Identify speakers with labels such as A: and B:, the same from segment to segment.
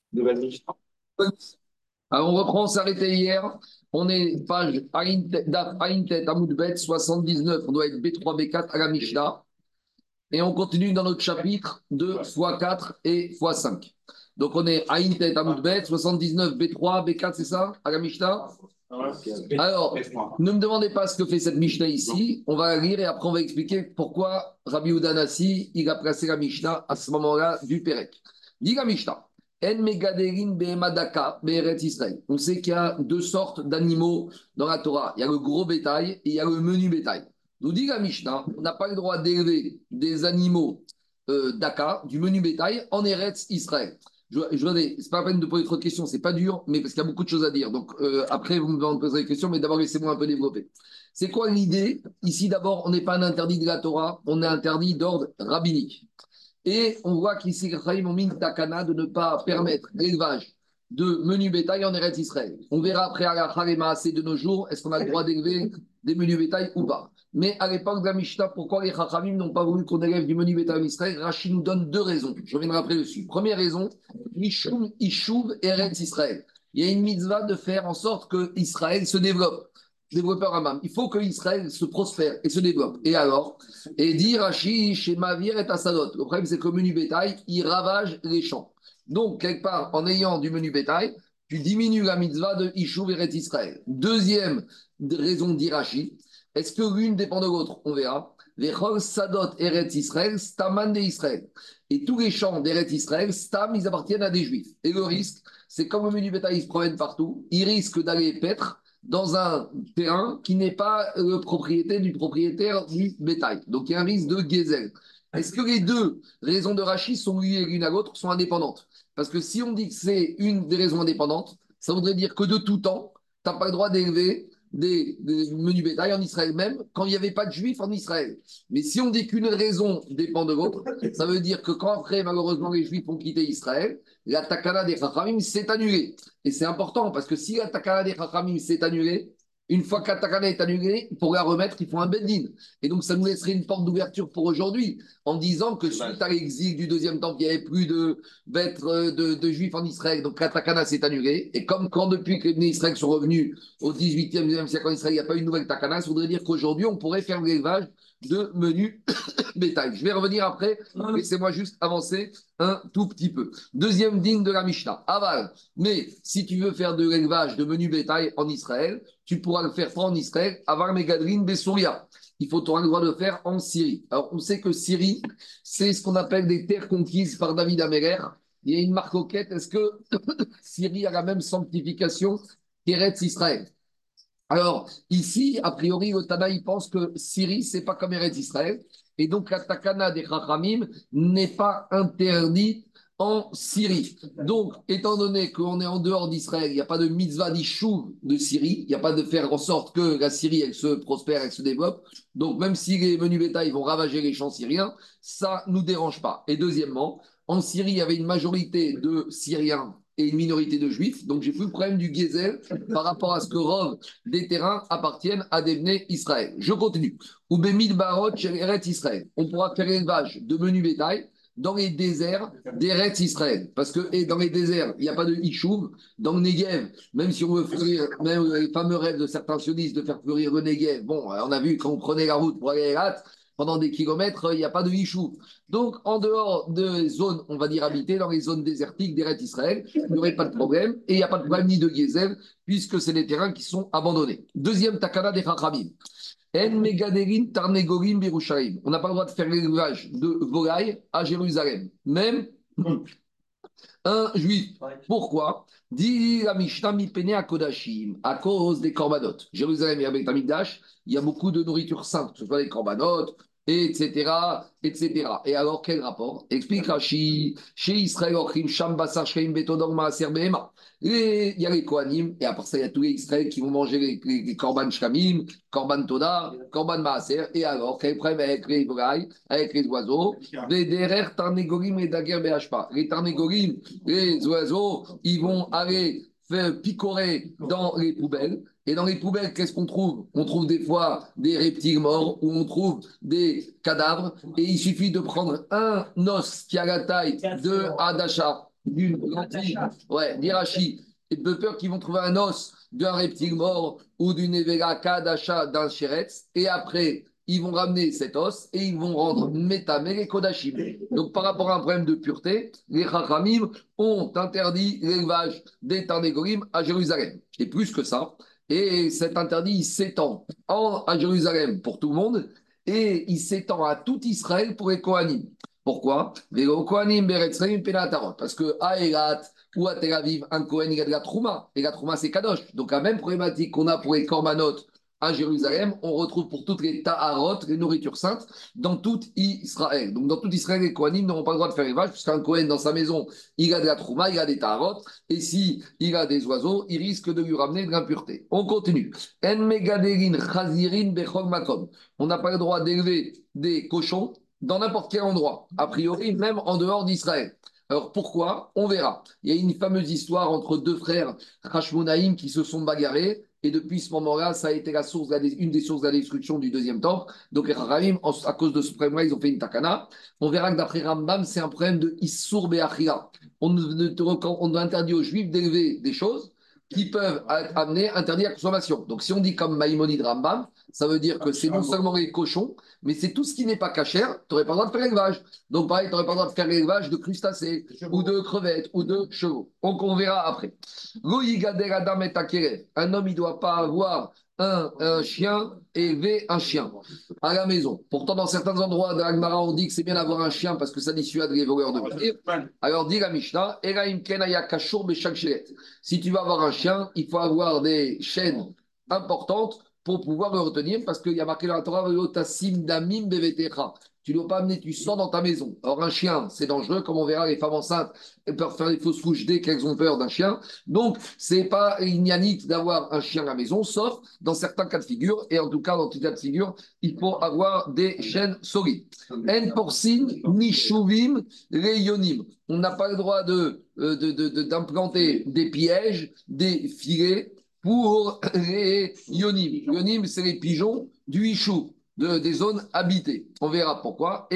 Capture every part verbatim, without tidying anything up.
A: Nouvelle Mishnah.
B: Alors, on reprend, on s'est arrêté hier. On est page Aïntet, Amoudbet, soixante-dix-neuf. On doit être B trois, B quatre à la Mishnah. Et on continue dans notre chapitre de fois quatre et fois cinq. Donc, on est Aïntet, Amoudbet, soixante-dix-neuf, B trois, B quatre, c'est ça, à la Mishnah. Alors, ne me demandez pas ce que fait cette Mishnah ici. On va la lire et après, on va expliquer pourquoi Rabbi Udanassi, il a placé la Mishnah à ce moment-là du Pérec. Dit la Mishnah. En megaderin behemadaka be'eret Israël. On sait qu'il y a deux sortes d'animaux dans la Torah. Il y a le gros bétail et il y a le menu bétail. Nous dit la Mishnah, on n'a pas le droit d'élever des animaux euh, d'Aka, du menu bétail, en Eretz Israël. Je, je c'est pas la peine de poser trop de questions, c'est pas dur, mais parce qu'il y a beaucoup de choses à dire. Donc euh, après, vous me poserez des questions, mais d'abord, laissez-moi un peu développer. C'est quoi l'idée? Ici, d'abord, on n'est pas un interdit de la Torah, on est interdit d'ordre rabbinique. Et on voit qu'ici, les Chachamim ont mis une takana de ne pas permettre l'élevage de menus bétail en Eretz Israël. On verra après à la Harema assez de nos jours, est-ce qu'on a le droit d'élever des menus bétail ou pas. Mais à l'époque de la Mishnah, pourquoi les Chachamim n'ont pas voulu qu'on élève du menu bétail en Israël? Rachid nous donne deux raisons. Je reviendrai après dessus. Première raison, Mishum Ishuv Eretz Israël. Il y a une mitzvah de faire en sorte que Israël se développe. Développeur Amam. Il faut que Israël se prospère et se développe. Et alors, et dit Rashi chez Mavir et Assadot. Le problème, c'est que le menu bétail, il ravage les champs. Donc, quelque part, en ayant du menu bétail, tu diminues la mitzvah de Ishuv et Israël. Deuxième raison d'Irachi, est-ce que l'une dépend de l'autre? On verra. Les Chol Sadot Eret Israël, Staman de Israël. Et tous les champs d'Eret Israël, Stam, ils appartiennent à des juifs. Et le risque, c'est comme le menu bétail, il se promène partout, il risque d'aller paître dans un terrain qui n'est pas la propriété du propriétaire du bétail. Donc il y a un risque de gazelle. Est-ce que les deux raisons de Rachid sont liées l'une à l'autre, sont indépendantes? Parce que si on dit que c'est une des raisons indépendantes, ça voudrait dire que de tout temps, tu n'as pas le droit d'élever des, des menus bétail en Israël, même quand il n'y avait pas de juifs en Israël. Mais si on dit qu'une raison dépend de l'autre, ça veut dire que quand après, malheureusement, les juifs ont quitté Israël, la takana des Chachamim s'est annulée. Et c'est important parce que si la takana des Chachamim s'est annulée, une fois que la takana est annulée, pour la remettre, il faut un beddin. Et donc, ça nous laisserait une porte d'ouverture pour aujourd'hui, en disant que suite à l'exil du deuxième temple, il n'y avait plus de, d'être, de, de juifs en Israël. Donc, la takana s'est annulée. Et comme quand depuis que les Israël sont revenus au dix-huitième, dix-neuvième siècle en Israël, il n'y a pas eu une nouvelle takana, ça voudrait dire qu'aujourd'hui, on pourrait faire l'élevage de menus bétail. Je vais revenir après. Laissez-moi juste avancer un tout petit peu. Deuxième digne de la Mishnah. Aval. Mais si tu veux faire de l'élevage de menu bétail en Israël, tu pourras le faire pas en Israël, Aval Megadrin Besouria. Il faut, tu auras le droit de le faire en Syrie. Alors, on sait que Syrie, c'est ce qu'on appelle des terres conquises par David Améler. Il y a une marque au quête. Est-ce que Syrie a la même sanctification qu'Eretz Israël? Alors, ici, a priori, le Tana, il pense que Syrie, c'est pas comme Eretz Israël. Et donc, la takana des Chachamim n'est pas interdite en Syrie. Donc, étant donné qu'on est en dehors d'Israël, il n'y a pas de mitzvah d'Ishuv de Syrie, il n'y a pas de faire en sorte que la Syrie, elle se prospère, elle se développe. Donc, même si les menus bétail vont ravager les champs syriens, ça ne nous dérange pas. Et deuxièmement, en Syrie, il y avait une majorité de Syriens et une minorité de Juifs. Donc, j'ai plus le problème du Gezel par rapport à ce que Rov des terrains appartiennent à des Bnei Israël. Je continue. Oubemid Barot Eret Israël. On pourra faire l'élevage de menus bétail dans les déserts d'Eretz Israël. Parce que et dans les déserts, il n'y a pas de Ishuv. Dans le Negev, même si on veut fleurir, même les fameux rêves de certains sionistes de faire fleurir le Negev, bon, on a vu quand on prenait la route pour aller à Elat, pendant des kilomètres, il n'y a pas de Ishuv. Donc, en dehors des zones, on va dire habitées, dans les zones désertiques d'Eretz Israël, il n'y aurait pas de problème. Et il n'y a pas de problème ni de Gezel, puisque c'est des terrains qui sont abandonnés. Deuxième takana des Chachamim. En megaderin tarnegorim birushalayim. On n'a pas le droit de faire l'élevage de volailles à Jérusalem, même un juif. Pourquoi? Dit la Mishnah mipene à Kodashim, à cause des korbanot. Jérusalem et avec Amikdash, il y a beaucoup de nourriture sainte, que ce soit des korbanot, et cetera, et cetera. Et alors, quel rapport? Explique Rashi, chez Israël, Ochim, Sham, Basar, Shkeim, Betodor, Maaser, Behema. Et il y a les Kohanim, et après ça, il y a tous les Israël qui vont manger les, les, les Korban Shkamim, Korban Toda, Korban Maaser. Et alors, quel problème avec les volailles, avec les oiseaux? Les derer Tarnegorim et Daguer Behashpa. Les Tarnegorim, les oiseaux, ils vont aller faire picorer dans les poubelles. Et dans les poubelles, qu'est-ce qu'on trouve? On trouve des fois des reptiles morts ou on trouve des cadavres. Et il suffit de prendre un os qui a la taille de Hadasha d'une lentille, ouais, d'Irachi, et de peur qu'ils vont trouver un os d'un reptile mort ou d'une Evera Kadasha d'un Sheretz, et après, ils vont ramener cet os et ils vont rendre Métamé et Kodashim. Donc, par rapport à un problème de pureté, les Chachamim ont interdit l'élevage des Tarnégorim à Jérusalem. Et plus que ça, et cet interdit il s'étend en, à Jérusalem pour tout le monde et il s'étend à tout Israël pour les Kohanim. Pourquoi? Les Kohanim Beretzreim Penatarot. Parce que à Eilat ou à Tel Aviv, un Kohen il a de la Trouma. Et la Trouma c'est Kadosh. Donc la même problématique qu'on a pour les Korbanot à Jérusalem, on retrouve pour toutes les Taharot, les nourritures saintes, dans tout Israël. Donc dans tout Israël, les Kohanim n'auront pas le droit de faire élevage, puisqu'un Kohen dans sa maison, il a de la Trouma, il a des Taharot. Et si il a des oiseaux, il risque de lui ramener de l'impureté. On continue. En megaderin chazirin bechol makom. On n'a pas le droit d'élever des cochons dans n'importe quel endroit, a priori même en dehors d'Israël. Alors pourquoi? On verra. Il y a une fameuse histoire entre deux frères Hashmonaïm qui se sont bagarrés. Et depuis ce moment-là, ça a été la source, une des sources de la destruction du deuxième temple. Donc, les Chachamim, à cause de ce problème-là, ils ont fait une takana. On verra que d'après Rambam, c'est un problème de Issour Be'achira. On, on interdit aux Juifs d'élever des choses qui peuvent amener interdit à la consommation. Donc, si on dit comme Maïmonide Rambam, ça veut dire que c'est non seulement les cochons, mais c'est tout ce qui n'est pas cachère, tu n'aurais pas le droit de faire l'élevage. Donc, pareil, tu n'aurais pas le droit de faire l'élevage de crustacés, ou de crevettes, ou de chevaux. Donc, on verra après. Un homme, il ne doit pas avoir un, un chien élever un chien à la maison. Pourtant, dans certains endroits de l'Agmara, on dit que c'est bien d'avoir un chien parce que ça dissuade les voleurs de venir. Alors, dit la Mishnah, si tu vas avoir un chien, il faut avoir des chaînes importantes pour pouvoir le retenir parce qu'il y a marqué dans la Torah, tu ne dois pas amener du sang dans ta maison. Or, un chien, c'est dangereux. Comme on verra, les femmes enceintes elles peuvent faire des fausses couches dès qu'elles ont peur d'un chien. Donc, ce n'est pas ignanique d'avoir un chien à la maison, sauf dans certains cas de figure. Et en tout cas, dans tous cas de figure, il faut avoir des chaînes solides. En porcine, ni chouvim, réyonim. On n'a pas le droit de, de, de, de, d'implanter des pièges, des filets pour les yonim. Yonim, c'est les pigeons du Ishou. De, des zones habitées. On verra pourquoi.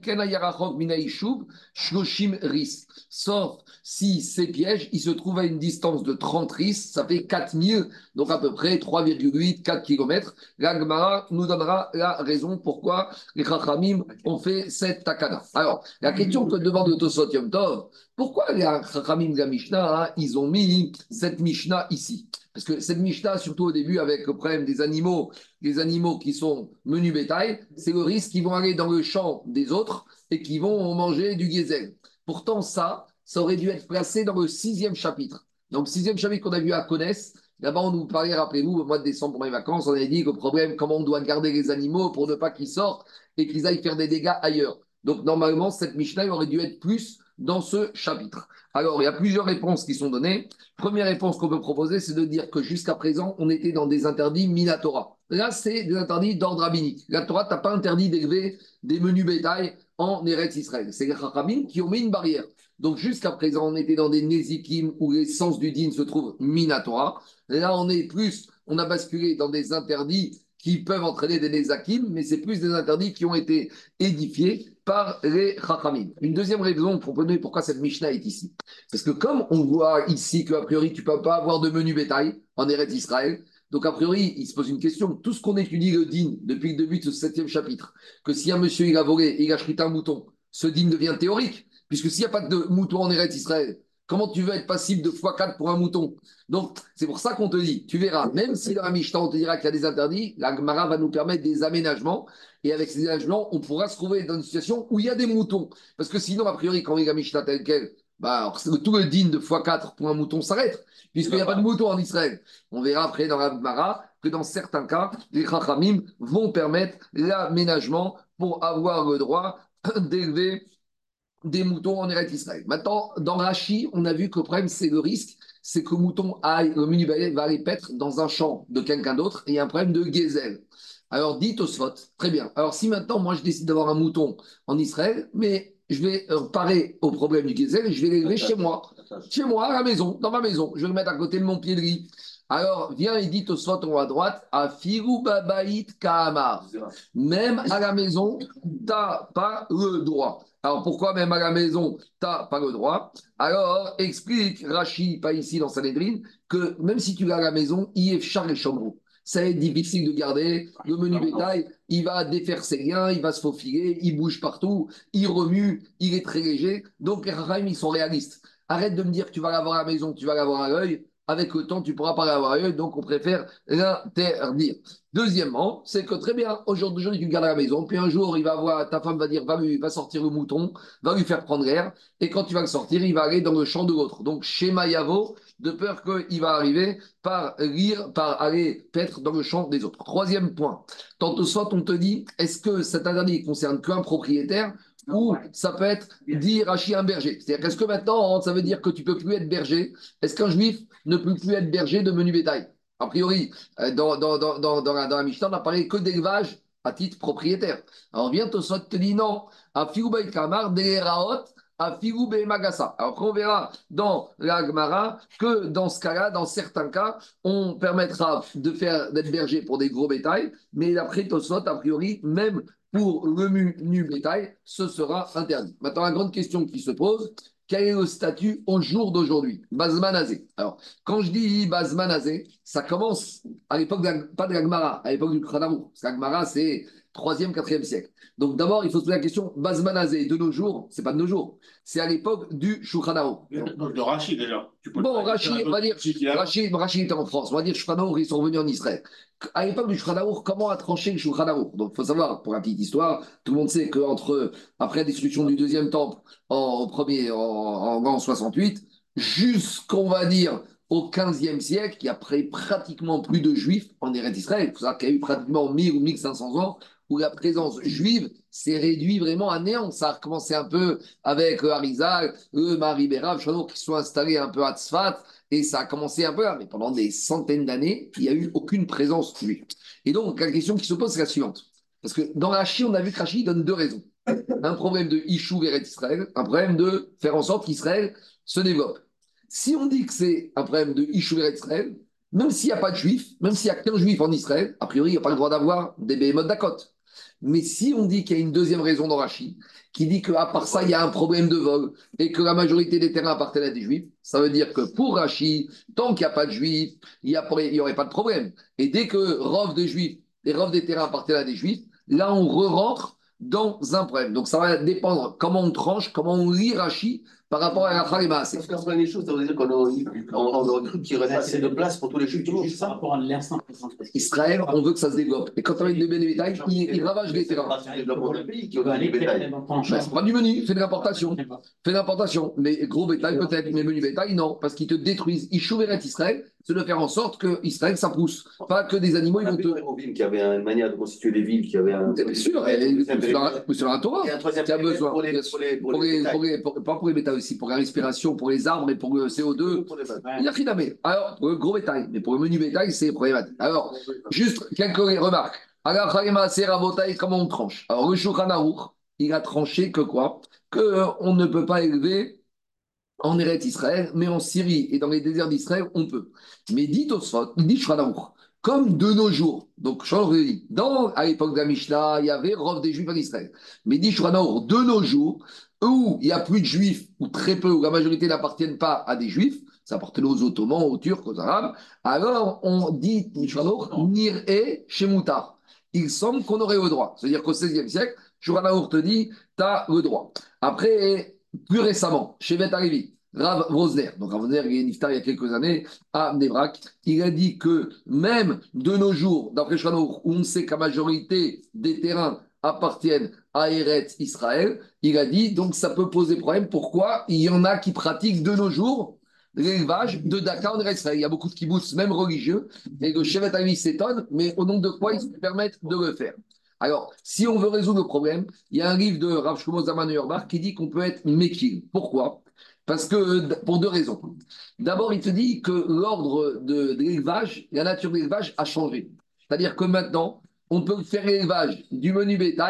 B: Sauf si ces pièges, ils se trouvent à une distance de trente ris, ça fait quatre mille, donc à peu près trois virgule huit, quatre kilomètres. La Gemara nous donnera la raison pourquoi les Chachamim ont fait cette takana. Alors, la question que demande le Tosot Yom Tov, pourquoi les Chachamim de la Mishnah, hein, ils ont mis cette Mishnah ici? Parce que cette Mishnah, surtout au début, avec le problème des animaux, les animaux qui sont menus bétail, c'est le risque qu'ils vont aller dans le champ des autres et qu'ils vont manger du gazelle. Pourtant, ça, ça aurait dû être placé dans le sixième chapitre. Donc, le sixième chapitre qu'on a vu à Konès, là-bas, on nous parlait, rappelez-vous, au mois de décembre, pour les vacances, on avait dit que le problème, comment on doit garder les animaux pour ne pas qu'ils sortent et qu'ils aillent faire des dégâts ailleurs. Donc, normalement, cette Mishnah aurait dû être plus dans ce chapitre. Alors, il y a plusieurs réponses qui sont données. Première réponse qu'on peut proposer, c'est de dire que jusqu'à présent, on était dans des interdits Minatora. Là, c'est des interdits d'ordre rabbinique. La Torah t'a pas interdit d'élever des menus bétail en Eretz Israël. C'est les Chachamim qui ont mis une barrière. Donc, jusqu'à présent, on était dans des Nézikim où l'essence du din se trouve Minatora. Là, on est plus, on a basculé dans des interdits qui peuvent entraîner des Nézakim, mais c'est plus des interdits qui ont été édifiés par les Chachamim. Une deuxième raison pour donner pourquoi cette Mishnah est ici. Parce que comme on voit ici qu'a priori, tu ne peux pas avoir de menu bétail en Eretz Israël, donc a priori, il se pose une question. Tout ce qu'on étudie le din depuis le début de ce septième chapitre, que si un monsieur il a volé, il a chrité un mouton, ce din devient théorique, puisque s'il n'y a pas de mouton en Eretz Israël, comment tu veux être passible de fois quatre pour un mouton? Donc, c'est pour ça qu'on te dit, tu verras, même si dans la Mishnah, on te dira qu'il y a des interdits, la Gemara va nous permettre des aménagements. Et avec ces aménagements, on pourra se trouver dans une situation où il y a des moutons. Parce que sinon, a priori, quand on lit la Mishnah telle quelle, bah, alors, tout le din de fois quatre pour un mouton s'arrête, puisqu'il n'y a pas de mouton en Israël. On verra après dans la Gemara que dans certains cas, les Chachamim vont permettre l'aménagement pour avoir le droit d'élever des moutons en Eretz Israël. Maintenant, dans Rachi, on a vu que le problème, c'est le risque, c'est que le mouton aille, le menu va aller paître dans un champ de quelqu'un d'autre et il y a un problème de gazelle. Alors, dit Tosfot, très bien. Alors, si maintenant, moi, je décide d'avoir un mouton en Israël, mais je vais euh, parer au problème du gazelle et je vais l'élever chez moi. Chez moi, à la maison, dans ma maison, je vais le mettre à côté de mon pied de lit. Alors, viens et dit au soit en haut à droite, à Firou Babaït Kahamar. Même à la maison, tu n'as pas le droit. Alors, pourquoi même à la maison, tu n'as pas le droit? Alors, explique Rachi, pas ici dans Sanhedrin, que même si tu l'as à la maison, il est char et chambre. Ça va être difficile de garder. Le menu bétail, il va défaire ses liens, il va se faufiler, il bouge partout, il remue, il est très léger. Donc, les Rahim, ils sont réalistes. Arrête de me dire que tu vas l'avoir à la maison, que tu vas l'avoir à l'œil. Avec le temps, tu ne pourras pas l'avoir à l'œil, donc on préfère l'interdire. Deuxièmement, c'est que très bien, aujourd'hui, tu le gardes à la maison, puis un jour, il va voir, ta femme va dire, va, lui, va sortir le mouton, va lui faire prendre l'air, et quand tu vas le sortir, il va aller dans le champ de l'autre. Donc, chez Mayavo, de peur qu'il va arriver par lire, par aller paître dans le champ des autres. Troisième point, tantôt soit on te dit, est-ce que cet interdit concerne qu'un propriétaire ou ça peut être dire Rachi un berger. C'est-à-dire qu'est-ce que maintenant, ça veut dire que tu ne peux plus être berger? Est-ce qu'un juif ne peut plus être berger de menu bétail? A priori, euh, dans, dans, dans, dans, dans la, dans la Mishnah, on n'a parlé que d'élevage à titre propriétaire. Alors, vient Tosot te dit non, à Fioubaï Kamar, Raot, à Figoubé Magassa. Alors, après, on verra dans la Gemara que dans ce cas-là, dans certains cas, on permettra de faire d'être berger pour des gros bétails, mais d'après Tosot, a priori, même pour le menu bétail, ce sera interdit. Maintenant, la grande question qui se pose, quel est le statut au jour d'aujourd'hui? Bazmanazé. Alors, quand je dis Bazmanazé, ça commence à l'époque, de la, pas de la Gemara, à l'époque du Kranarou. Parce que la Gemara, c'est troisième, quatrième siècle. Donc d'abord, il faut se poser la question, Bazmanazé, de nos jours, c'est pas de nos jours, c'est à l'époque du Shulchan
A: De Rachid déjà.
B: Bon, Rachid, on va dire, Rachid, Rachid était en France, on va dire Shulchan ils sont revenus en Israël. À l'époque du Shulchan comment a tranché le Shulchan Donc il faut savoir, pour la petite histoire, tout le monde sait qu'entre, après la destruction du deuxième temple, en, au premier, en, en, en soixante-huit, jusqu'on va dire au quinzième siècle, il y a pratiquement plus de juifs en Eretz Israël. Il faut savoir qu'il y a eu pratiquement mille ou mille cinq cents ans où la présence juive s'est réduite vraiment à néant. Ça a recommencé un peu avec euh, Arizal, eux, Marie Bérav, Chanot, qui sont installés un peu à Tzfat, et ça a commencé un peu là. Mais pendant des centaines d'années, il n'y a eu aucune présence juive. Et donc, la question qui se pose, c'est la suivante. Parce que dans Rachi, on a vu que Rachi donne deux raisons. Un problème de Ishou vers Israël, un problème de faire en sorte qu'Israël se développe. Si on dit que c'est un problème de Ishou vers Israël, même s'il n'y a pas de juifs, même s'il n'y a qu'un juif en Israël, a priori, il n'y a pas le droit d'avoir des béhémoth d'Akot. Mais si on dit qu'il y a une deuxième raison dans Rachi, qui dit qu'à part ça, il y a un problème de vol et que la majorité des terrains appartiennent à des juifs, ça veut dire que pour Rachi, tant qu'il n'y a pas de juifs, il n'y aurait pas de problème. Et dès que Rov des juifs et Rov des terrains appartiennent à des juifs, là, on re-rentre dans un problème. Donc ça va dépendre comment on tranche, comment on lit Rachi par rapport à la Khalima.
C: Parce qu'en fait, les choses, ça veut dire qu'on aurait, on aurait cru qu'il y aurait assez de place pour tous les juifs.
D: Juste par rapport à l'instant présent.
B: Israël, on veut que ça se développe. Et quand on a une de bétail, il, il ravage les terrains.
C: C'est le pays qui a du bétail.
B: C'est pas du menu, fait de l'importation. Fait de l'importation. Mais gros bétail peut-être, mais menu bétail, non. Parce qu'ils te détruisent. Ils chouveraient Israël, c'est de faire en sorte que Israël, ça pousse. Pas que des animaux, ils vont te.
C: Il y avait une manière de constituer des villes, qui avait un.
B: Bien sûr, c'est un Torah.
C: Il y a un troisième
B: qui a besoin.
C: Pour les, pour les, pour
B: pour
C: les,
B: les,
C: bétails.
B: pour les pour, pas pour les bétails aussi, pour la respiration, pour les arbres et pour le C O deux.
C: Pour les bétails.
B: Il y a finamé. Alors, pour le gros bétail, mais pour le menu bétail, c'est problématique. Alors, juste quelques remarques. Alors, Khalima, c'est Rabotaï, comment on tranche? Alors, le Shulchan Aruch, il a tranché que quoi? Qu'on ne peut pas élever en Eretz Israël, mais en Syrie et dans les déserts d'Israël, on peut. Mais dit Tosfot, il dit Shulchan Aruch, comme de nos jours. Donc, Shulchan Aruch dit, dans, à l'époque de la Mishnah, il y avait Rov des Juifs en Israël. Mais dit Shulchan Aruch, de nos jours, où il n'y a plus de Juifs, ou très peu, où la majorité n'appartiennent pas à des Juifs, ça appartenait aux Ottomans, aux Turcs, aux Arabes, alors on dit Nir-e chez Moutar. Il semble qu'on aurait le droit. C'est-à-dire qu'au seizième siècle, Shulchan Aruch te dit, tu as le droit. Après, plus récemment, chez Bet Halevi, Rav Rosner, donc Rav Rosner, il est niftar il y a quelques années, à Nebrak, il a dit que même de nos jours, d'après Shulchan Aruch, où on sait que la majorité des terrains appartiennent à Eretz Israël, il a dit, donc ça peut poser problème. Pourquoi? Il y en a qui pratiquent de nos jours l'élevage de Dakar en Eretz Israël. Il y a beaucoup de kibbutz, même religieux, et le Shevet Halevi s'étonne, mais au nom de quoi ils se permettent de le faire? Alors, si on veut résoudre le problème, il y a un livre de Rav Shlomo Zalman Auerbach qui dit qu'on peut être mekil. Pourquoi? Parce que, pour deux raisons. D'abord, il te dit que l'ordre de, de l'élevage, la nature de l'élevage a changé. C'est-à-dire que maintenant, on peut faire l'élevage du menu bétail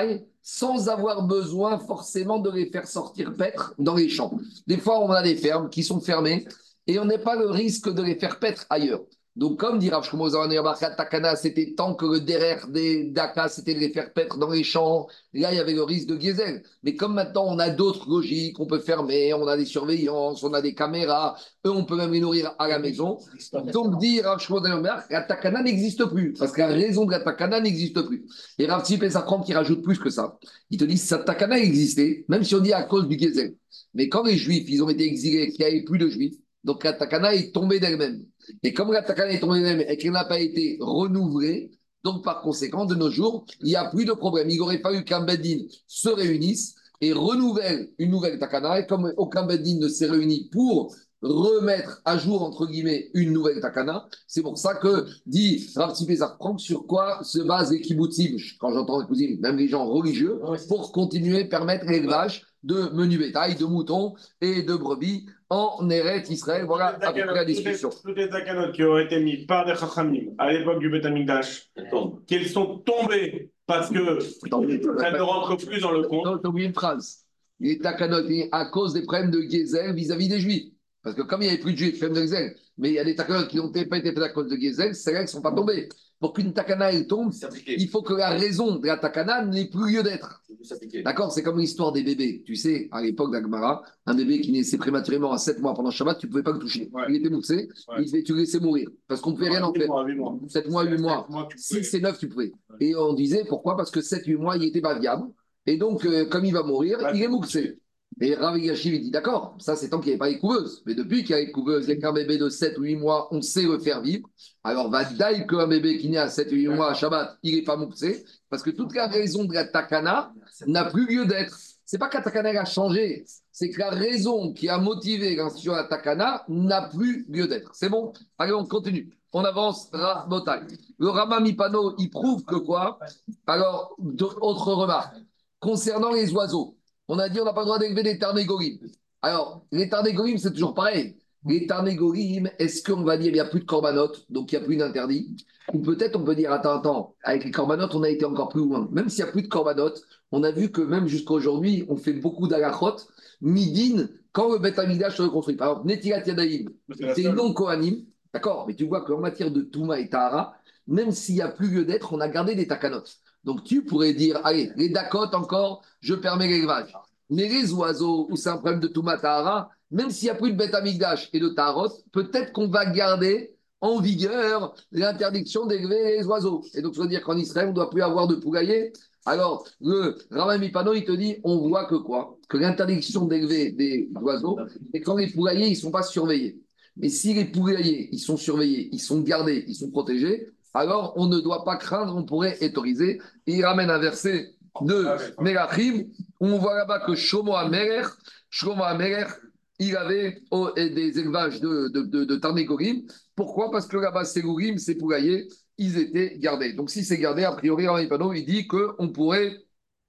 B: sans avoir besoin forcément de les faire sortir paître dans les champs. Des fois, on a des fermes qui sont fermées et on n'a pas le risque de les faire paître ailleurs. Donc, comme dit Rav Shlomo Zalman Auerbach, Takana, c'était tant que le derrière des Daka, c'était de les faire paître dans les champs. Là, il y avait le risque de gazelle. Mais comme maintenant, on a d'autres logiques, on peut fermer, on a des surveillances, on a des caméras, eux, on peut même les nourrir à la maison. Donc, dit Rav Shlomo Zalman Auerbach, la Takana n'existe plus, parce que la raison de la Takana n'existe plus. Et Rav Tzip et Safran qui rajoutent plus que ça. Ils te disent que cette Takana existait, même si on dit à cause du gazelle. Mais quand les Juifs, ils ont été exilés, qu'il n'y avait plus de Juifs, donc la Takana est tombée d'elle-même. Et comme la Takana est tombée d'elle-même et qu'elle n'a pas été renouvelée, donc par conséquent, de nos jours, il n'y a plus de problème. Il aurait fallu qu'un Beddin se réunisse et renouvelle une nouvelle Takana. Et comme aucun Beddin ne s'est réuni pour remettre à jour, entre guillemets, une nouvelle Takana, c'est pour ça que dit Rav Tzipé Zarprank, sur quoi se basent les kibbutzim, quand j'entends les kibbutzim, même les gens religieux, pour continuer à permettre l'élevage de menus bétail, de moutons et de brebis en Eretz Israël. Voilà à peu près la discussion.
A: Toutes les takanotes qui auraient été mises par des chachamim à l'époque du Beth Amikdash, qu'elles sont tombées parce que ça ne rentre plus dans le compte.
B: Non, tu as oublié une phrase. Les takanotes, à cause des problèmes de Gezel vis-à-vis des Juifs. Parce que comme il n'y avait plus de Juifs, problème de Gezel, mais il y a des takanotes qui n'ont pas été faites à cause de Gezel, celles-là ne sont pas tombées. Pour qu'une takana elle tombe, il faut que la raison de la takana n'ait plus lieu d'être. D'accord? C'est comme l'histoire des bébés. Tu sais, à l'époque d'Agmara, un bébé qui naissait prématurément à sept mois pendant Shabbat, tu ne pouvais pas le toucher. Ouais. Il était moussé, ouais. Il devait, tu le laissais mourir. Parce qu'on ne pouvait rien en faire. sept mois, huit mois. six et neuf, tu pouvais. Ouais. Et on disait pourquoi? Parce que sept huit mois, il était pas viable. Et donc, euh, comme il va mourir, ouais, il est moussé. Et Rav Yashiv, il dit d'accord, ça c'est tant qu'il n'y avait pas les couveuses. Mais depuis qu'il y a les couveuses et qu'un bébé de sept ou huit mois, on sait le faire vivre, alors va d'ailleurs qu'un bébé qui naît à sept ou huit mois à Shabbat, il n'est pas moussé, parce que toute la raison de la takana n'a plus lieu d'être. C'est pas que la takana a changé, c'est que la raison qui a motivé l'institution de la takana n'a plus lieu d'être. C'est bon? Allez, on continue. On avance, Rabotai. Le Rama Mipano, il prouve que quoi? Alors, autre remarque. Concernant les oiseaux, on a dit on n'a pas le droit d'élever des tarnégorim. Alors, les tarnégorim, c'est toujours pareil. Les tarnégorim, est-ce qu'on va dire il n'y a plus de corbanotes, donc il n'y a plus d'interdit? Ou peut-être on peut dire, attends, attends, avec les corbanotes, on a été encore plus loin. Même s'il n'y a plus de corbanotes, on a vu que même jusqu'à aujourd'hui, on fait beaucoup d'alachot, midin, quand le Beth Amikdash se reconstruit. Par exemple, Netilat Yadayim, c'est non Kohanim, d'accord? Mais tu vois qu'en matière de Touma et Tahara, même s'il n'y a plus lieu d'être, on a gardé des takanotes. Donc tu pourrais dire, allez, les Dakot encore, je permets l'élevage. Mais les oiseaux, où c'est un problème de Touma Tahara, même s'il n'y a plus de Beth Amikdash et de Taharot, peut-être qu'on va garder en vigueur l'interdiction d'élever les oiseaux. Et donc ça veut dire qu'en Israël, on ne doit plus avoir de poulailler. Alors, le Rama Mipano, il te dit, on voit que quoi? Que l'interdiction d'élever des oiseaux, c'est quand les poulaillers, ils ne sont pas surveillés. Mais si les poulaillers, ils sont surveillés, ils sont gardés, ils sont protégés, alors on ne doit pas craindre, on pourrait autoriser. Et il ramène un verset de Melachim, on voit là-bas que Shlomo HaMelech, Shlomo HaMelech, il avait oh, des élevages de, de, de, de Tarnégorim. Pourquoi? Parce que là-bas, ces gorim, ces poulaillers, ils étaient gardés. Donc si c'est gardé, a priori, Ramipano, il dit qu'on pourrait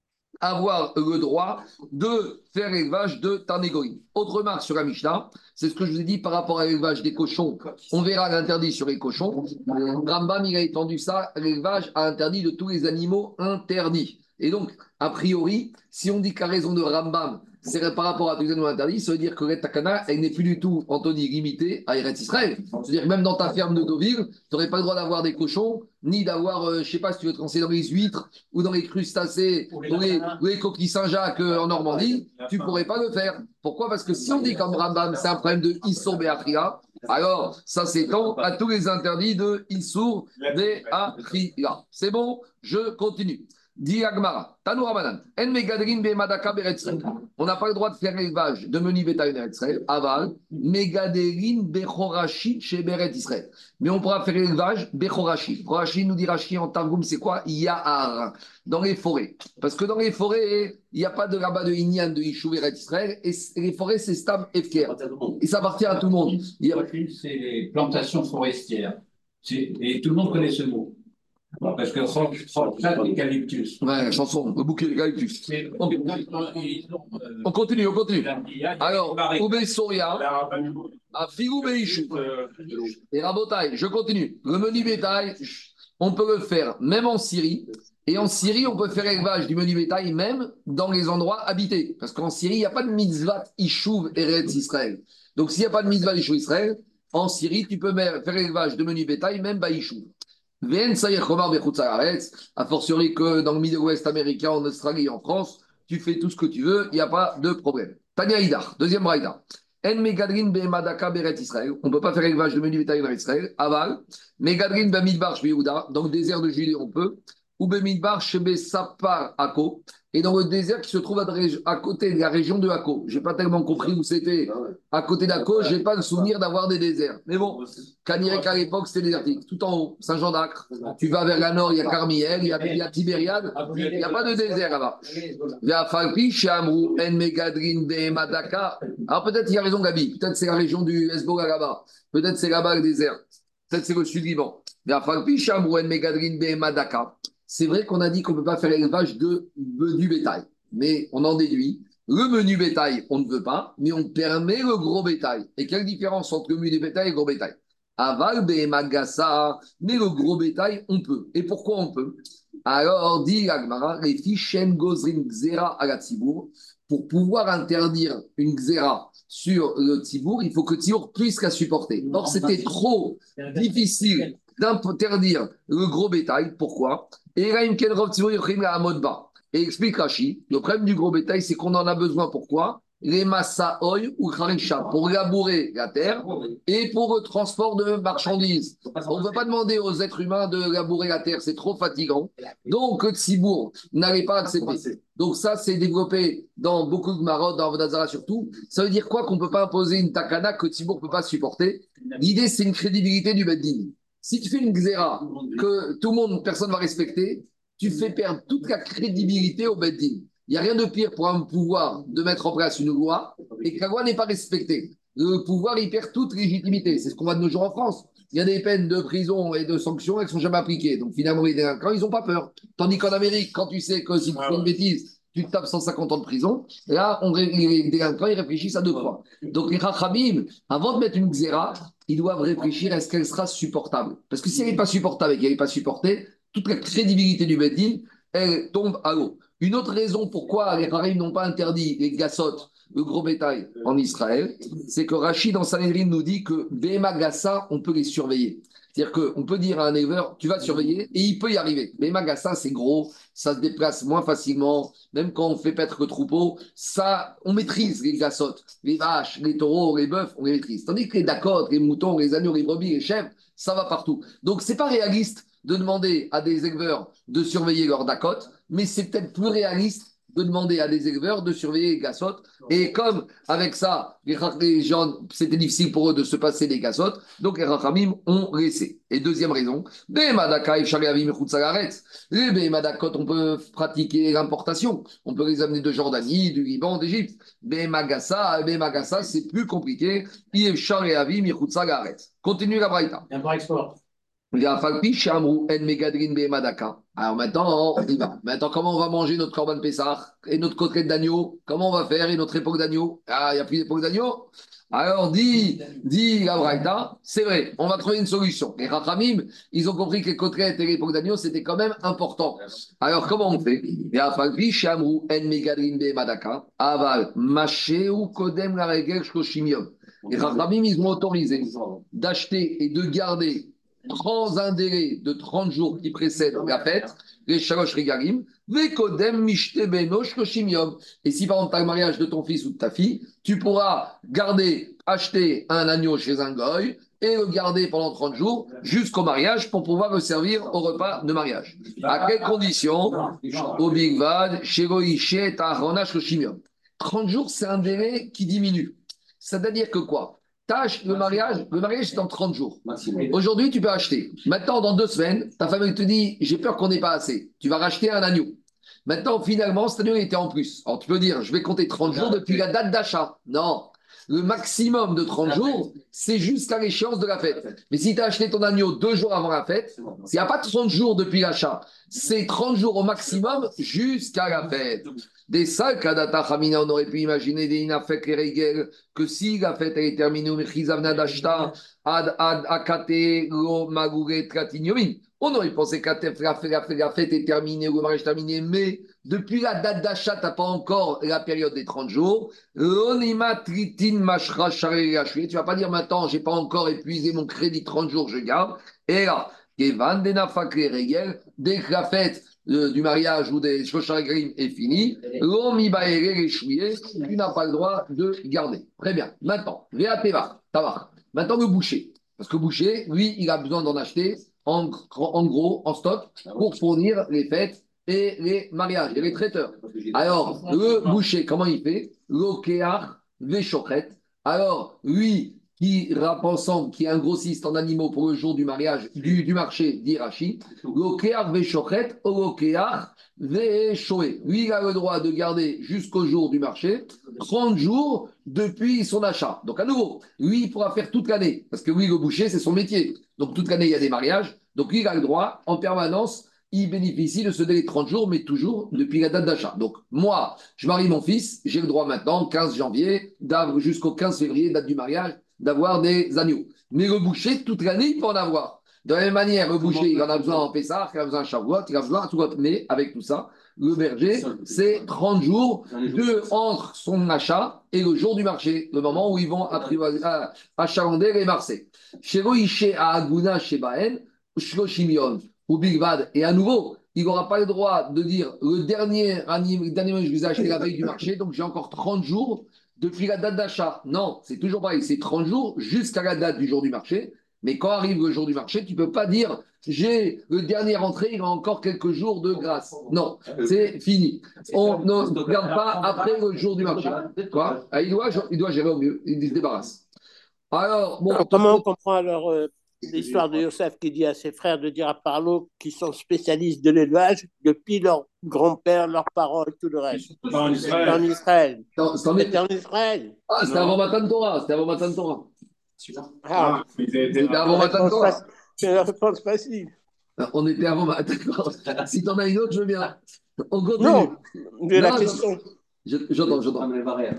B: avoir le droit de faire l'élevage de Tarnégorim. Autre remarque sur la Mishnah, c'est ce que je vous ai dit par rapport à l'élevage des cochons. On verra l'interdit sur les cochons. Rambam, il a étendu ça, l'élevage a interdit de tous les animaux interdits. Et donc, a priori, si on dit qu'à raison de Rambam, c'est par rapport à tous les animaux interdits, ça veut dire que la Takana, elle n'est plus du tout, Anthony, limitée à Eretz Israël. C'est-à-dire que même dans ta ferme de Deauville, tu n'aurais pas le droit d'avoir des cochons, ni d'avoir, euh, je ne sais pas si tu veux te renseigner dans les huîtres, ou dans les crustacés, ou les, les coquilles Saint-Jacques euh, en Normandie, tu ne pourrais pas le faire. Pourquoi? Parce que si on dit comme Rambam, c'est un problème de Issour Be'achria, alors ça s'étend à tous les interdits de Issour Be'achria. C'est bon? Je continue. Dit Agmara, Tanou Ramadan, En Megadrin Be'madaka Be'retzrel. On n'a pas le droit de faire l'élevage de menu bétail en Israël, aval, Megaderin Bechorachit chez Beret Israël. Mais on pourra faire l'élevage Bechorachit. Chorachit nous dit Rashi en Targum, c'est quoi? Yahar, dans les forêts. Parce que dans les forêts, il n'y a pas de rabat de Inyan de Yishuv Beret Israël, et les forêts, c'est Stam Efker. Et ça appartient à tout le monde.
E: Chorachit, c'est les plantations forestières. Et tout le monde connaît ce mot. Parce que c'est l'eucalyptus.
B: Ouais, la chanson, le bouquet d'eucalyptus. On, on continue, on continue. Alors, Oubé Soria, à Figou Béichou. Et Rabotai, je continue. Le menu bétail, on peut le faire même en Syrie. Et en Syrie, on peut faire élevage du menu bétail même dans les endroits habités. Parce qu'en Syrie, il n'y a pas de mitzvah Ishuv Eretz Israël. Donc, s'il n'y a pas de mitzvah Ishuv Israël, en Syrie, tu peux faire élevage de menu bétail même by Ishuv. V'en Sayer Chomar Bechutz Haaretz, a fortiori que dans le Middle-Ouest américain, en Australie, en France, tu fais tout ce que tu veux, il n'y a pas de problème. Tania Idar, deuxième braïda. En Megadrin Be'emadaka Beret Israël. On ne peut pas faire élevage de menu bétail dans Israël. Aval. Megadrin Be'midbar Shbiyouda. Dans le désert de Judée, on peut. Ou Be'midbar Shebe Sapar Ako. Et dans le désert qui se trouve à, à côté de la région de Ako. Je n'ai pas tellement compris où c'était. À côté d'Ako, je n'ai pas le souvenir d'avoir des déserts. Mais bon, Kanirek à l'époque, c'était désertique. Tout en haut, Saint-Jean d'Acre. Tu vas vers la nord, il y a Carmiel, il y a, il y a Tibériade. Il n'y a pas de désert là-bas. Alors peut-être il a raison Gabi. Peut-être c'est la région du Hezbollah là-bas. Peut-être c'est là-bas le désert. Peut-être c'est le sud Liban. C'est vrai qu'on a dit qu'on ne peut pas faire l'élevage de menu bétail. Mais on en déduit. Le menu bétail, on ne veut pas, mais on permet le gros bétail. Et quelle différence entre le menu bétail et le gros bétail? Aval, Magassa, mais le gros bétail, on peut. Et pourquoi on peut? Alors, dit Agmara, les fichen gozrin xera à la tzibour, pour pouvoir interdire une xéra sur le tzibour, il faut que le tzibour puisse la supporter. Or, c'était trop difficile d'interdire le gros bétail. Pourquoi? Et là, une kenrov tzibour yochim la amodba. Et explique Rashi, le problème du gros bétail, c'est qu'on en a besoin. Pourquoi? Les massa oil ou kharisha, pour labourer la terre et pour le transport de marchandises. On ne peut pas demander aux êtres humains de labourer la terre, c'est trop fatigant. Donc, le tzibour n'allait pas accepter. Donc, ça, c'est développé dans beaucoup de marottes, dans Vodazara surtout. Ça veut dire quoi? Qu'on ne peut pas imposer une takana que le tzibour ne peut pas supporter. L'idée, c'est une crédibilité du beddin. Si tu fais une xéra que tout le monde, personne ne va respecter, tu fais perdre toute la crédibilité au beddin. Il n'y a rien de pire pour un pouvoir de mettre en place une loi et que la loi n'est pas respectée. Le pouvoir, il perd toute légitimité. C'est ce qu'on voit de nos jours en France. Il y a des peines de prison et de sanctions, elles ne sont jamais appliquées. Donc finalement, les délinquants, ils n'ont pas peur. Tandis qu'en Amérique, quand tu sais que si tu fais une bêtise, tu te tapes cent cinquante ans de prison, là, on, les délinquants, ils réfléchissent à deux fois. Donc les Rachamim, avant de mettre une xéra, ils doivent réfléchir à ce qu'elle sera supportable. Parce que si elle n'est pas supportable et qu'elle n'est pas supportée, toute la crédibilité du beddin, elle tombe à l'eau. Une autre raison pourquoi les Harim n'ont pas interdit les gassotes, le gros bétail en Israël, c'est que Rachid dans Sanhedrin nous dit que Behema Gassa, on peut les surveiller. C'est-à-dire qu'on peut dire à un éleveur, tu vas surveiller, et il peut y arriver. Behema Gassa, c'est gros, ça se déplace moins facilement, même quand on fait paître le troupeau, ça, on maîtrise les gassotes, les vaches, les taureaux, les bœufs, on les maîtrise. Tandis que les dacotes, les moutons, les agneaux, les brebis, les chèvres, ça va partout. Donc, c'est pas réaliste de demander à des éleveurs de surveiller leurs dacotes, mais c'est peut-être plus réaliste de demander à des éleveurs de surveiller les gassotes. Et comme avec ça, les, les gens, c'était difficile pour eux de se passer des gassotes, donc les rachamim ont laissé. Et deuxième raison, les bémadakot, on peut pratiquer l'importation. On peut les amener de Jordanie, du Liban, d'Égypte. Bémagassa, bémagassa, c'est plus compliqué. Continue la braïta.
D: Et par export.
B: Alors maintenant, on y va. Maintenant, comment on va manger notre corban Pessah et notre côtelette d'agneau? Comment on va faire et notre époque d'agneau? Ah, il n'y a plus d'époque d'agneau? Alors, dit, dit la Braïta, c'est vrai, on va trouver une solution. Les Rachamim, ils ont compris que les côtelettes et l'époque d'agneau, c'était quand même important. Alors, comment on fait? Les Rachamim, ils ont autorisé d'acheter et de garder dans un délai de trente jours qui précède la fête, les shalosh regalim, vekodem mishte benosh koshimium. Et si par exemple tu as le mariage de ton fils ou de ta fille, tu pourras garder, acheter un agneau chez un goy et le garder pendant trente jours jusqu'au mariage pour pouvoir le servir au repas de mariage. À quelles conditions? Au bigvad, chez goïché, taronash koshimium. trente jours, c'est un délai qui diminue. C'est-à-dire que quoi? Tâche, le mariage, le mariage c'est dans trente jours. Aujourd'hui, tu peux acheter. Maintenant, dans deux semaines, ta femme te dit, j'ai peur qu'on n'ait pas assez. Tu vas racheter un agneau. Maintenant, finalement, cet agneau était en plus. Alors, tu peux dire, je vais compter trente jours depuis la date d'achat. Non. Le maximum de trente jours, c'est jusqu'à l'échéance de la fête. Mais si tu as acheté ton agneau deux jours avant la fête, il n'y a pas trente jours depuis l'achat. C'est trente jours au maximum jusqu'à la fête. Des salles, Kadata Hamina, on aurait pu imaginer des inafek et régel, que si la fête elle est terminée, Ad Ad Akate Lo Magure Tratinyomin. On aurait pensé que la fête est terminée ou le mariage est terminé, mais depuis la date d'achat, tu n'as pas encore la période des trente jours. L'onima tritin mashra shari. Tu ne vas pas dire maintenant, je n'ai pas encore épuisé mon crédit trente jours, je garde. Et là, dès que la fête euh, du mariage ou des shoshagrim est finie, tu n'as pas le droit de garder. Très bien. Maintenant, Véateva, Tavar. Maintenant, le boucher. Parce que le boucher, lui, il a besoin d'en acheter en, en gros, en stock, pour fournir les fêtes et les mariages, et les traiteurs. Alors, le boucher, comment il fait? L'okéar véchochet. Alors, lui, qui pense qui est un grossiste en animaux pour le jour du mariage, du, du marché d'Irachi, l'okéar véchochet, l'okéar véchoé. Lui, il a le droit de garder jusqu'au jour du marché trente jours depuis son achat. Donc, à nouveau, lui, il pourra faire toute l'année, parce que lui, le boucher, c'est son métier. Donc, toute l'année, il y a des mariages. Donc, lui, il a le droit, en permanence, il bénéficie de ce délai de trente jours, mais toujours depuis la date d'achat. Donc, moi, je marie mon fils, j'ai le droit maintenant, quinze janvier, jusqu'au quinze février, date du mariage, d'avoir des agneaux. Mais le boucher, toute l'année, il peut en avoir. De la même manière, le boucher, il en a besoin en Pessah, il a besoin en Shavuot, il a besoin en tout autre. Mais avec tout ça, le berger, c'est trente jours de, entre son achat et le jour du marché, le moment où ils vont achalander les Marseillais. Chez Roïché à Aguna, chez Baen, Shloshimion, ou Big Bad, et à nouveau, il n'aura pas le droit de dire le dernier animal, le dernier je vous ai acheté la veille du marché, donc j'ai encore trente jours depuis la date d'achat. Non, c'est toujours pareil, c'est trente jours jusqu'à la date du jour du marché. Mais quand arrive le jour du marché, tu ne peux pas dire j'ai le dernier entrée, il a encore quelques jours de grâce. Non, c'est fini. On ne regarde pas après le jour du marché. Quoi? Ah, il, doit, il doit gérer au mieux, il se débarrasse. Alors, bon,
F: alors comment on comprend alors euh, l'histoire de Yosef qui dit à ses frères de dire à Parlo qui sont spécialistes de l'élevage depuis leur grand-père, leurs parents et tout le reste?
A: En Israël.
F: En Israël.
B: C'était
F: en Israël.
B: Ah, c'était avant Matan Torah. C'était avant Matan Torah.
F: Ah,
B: c'était avant Matan Torah.
F: C'est une réponse facile.
B: On était avant Matan Torah. Si tu en as une autre, je veux bien. On continue.
F: Non, de la question.
B: J'entends, j'entends.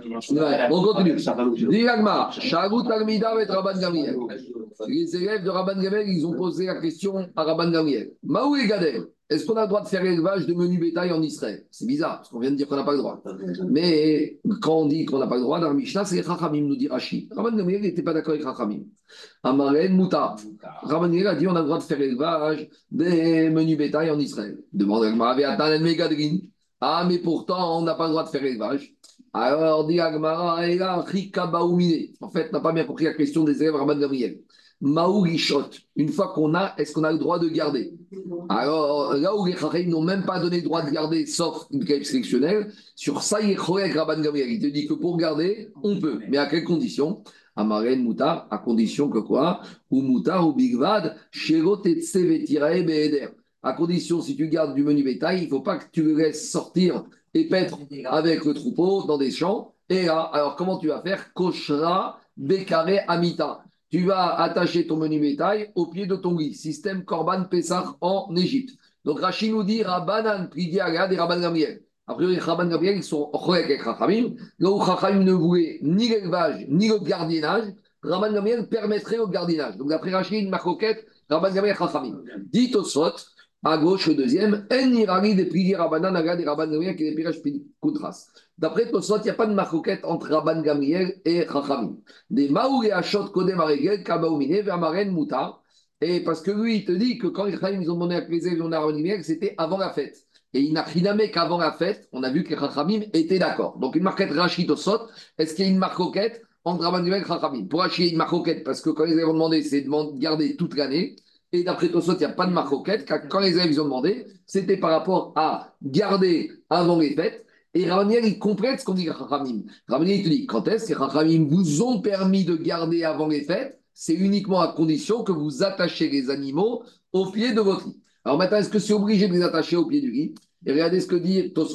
B: On continue. Diagma, Shagut Almida et Rabban Gamriel. Les élèves de Rabban Gamriel, ils ont posé la question à Rabban Gamriel. Maou et Gadel, est-ce qu'on a le droit de faire l'élevage de menu bétail en Israël? C'est bizarre, parce qu'on vient de dire qu'on n'a pas le droit. Mais quand on dit qu'on n'a pas le droit, dans le Mishnah, c'est Chachamim, nous dit Rashi. Rabban Gamriel n'était pas d'accord avec Chachamim. Amaren Mouta. Rabban Gamriel a dit on a le droit de faire l'élevage des menus bétail en Israël. Demande à Gmara, Atan Megadrin. Ah, mais pourtant, on n'a pas le droit de faire l'élevage. Alors, dit Agmara, et là, Rikabaoumine. En fait, on n'a pas bien compris la question des élèves Rabban Gamriel. Maourishot. Une fois qu'on a, est-ce qu'on a le droit de garder? Alors, là où les Chachamim n'ont même pas donné le droit de garder, sauf une grève sélectionnelle, sur ça, il est avec Rabban Gamriel. Il te dit que pour garder, on peut. Mais à quelles conditions? Amaren Moutar, à condition que quoi? Ou Moutar ou Bigvad, Shero Tetse Vetirae Beeder. À condition, si tu gardes du menu bétail, il ne faut pas que tu le laisses sortir et paître avec le troupeau dans des champs. Et là, alors comment tu vas faire? Koshra Bekare Amita. Tu vas attacher ton menu bétail au pied de ton lit. Système Korban Pessah en Égypte. Donc Rachid nous dit Rabbanan, Pridi Agad et Rabban Gamriel. Après, les Rabban Gamriel, ils sont avec Chachamim. Là où Chachamim ne voulait ni l'élevage, ni le gardiennage, Rabban Gamriel permettrait au gardiennage. Donc d'après Rachid, une maroquette, Rabban Gamriel Chachamim. Dit au Sot, à gauche, le deuxième, En Nirari des Pridi Rabbanan Agad et Rabban Gamriel qui est des pirages Koutras. D'après Tosot, il n'y a pas de maroquette entre Rabban Gamriel et Chachamim. Des Maou et Achot Kodem Aregel, Kabaoumine, Vermaren Moutar. Et parce que lui, il te dit que quand les Chachamim ils ont demandé à les élèves de Rabban Gamriel, c'était avant la fête. Et il n'a rien qu'avant la fête, on a vu que les Chachamim étaient d'accord. Donc une marquette Rashi Tosot, est-ce qu'il y a une maroquette entre Rabban Gamriel et Chachamim? Pour Rashi, il y a une maroquette parce que quand les élèves ont demandé, c'est de garder toute l'année. Et d'après Tosot, il n'y a pas de maroquette, car quand les élèves ils ont demandé, c'était par rapport à garder avant les fêtes. Et Rabban Gamriel, il complète ce qu'on dit Chachamim. Rabban Gamriel, il te dit, quand est-ce que Chachamim vous ont permis de garder avant les fêtes? C'est uniquement à condition que vous attachez les animaux au pied de votre lit. Alors maintenant, est-ce que c'est obligé de les attacher au pied du lit? Et regardez ce que dit Tosot.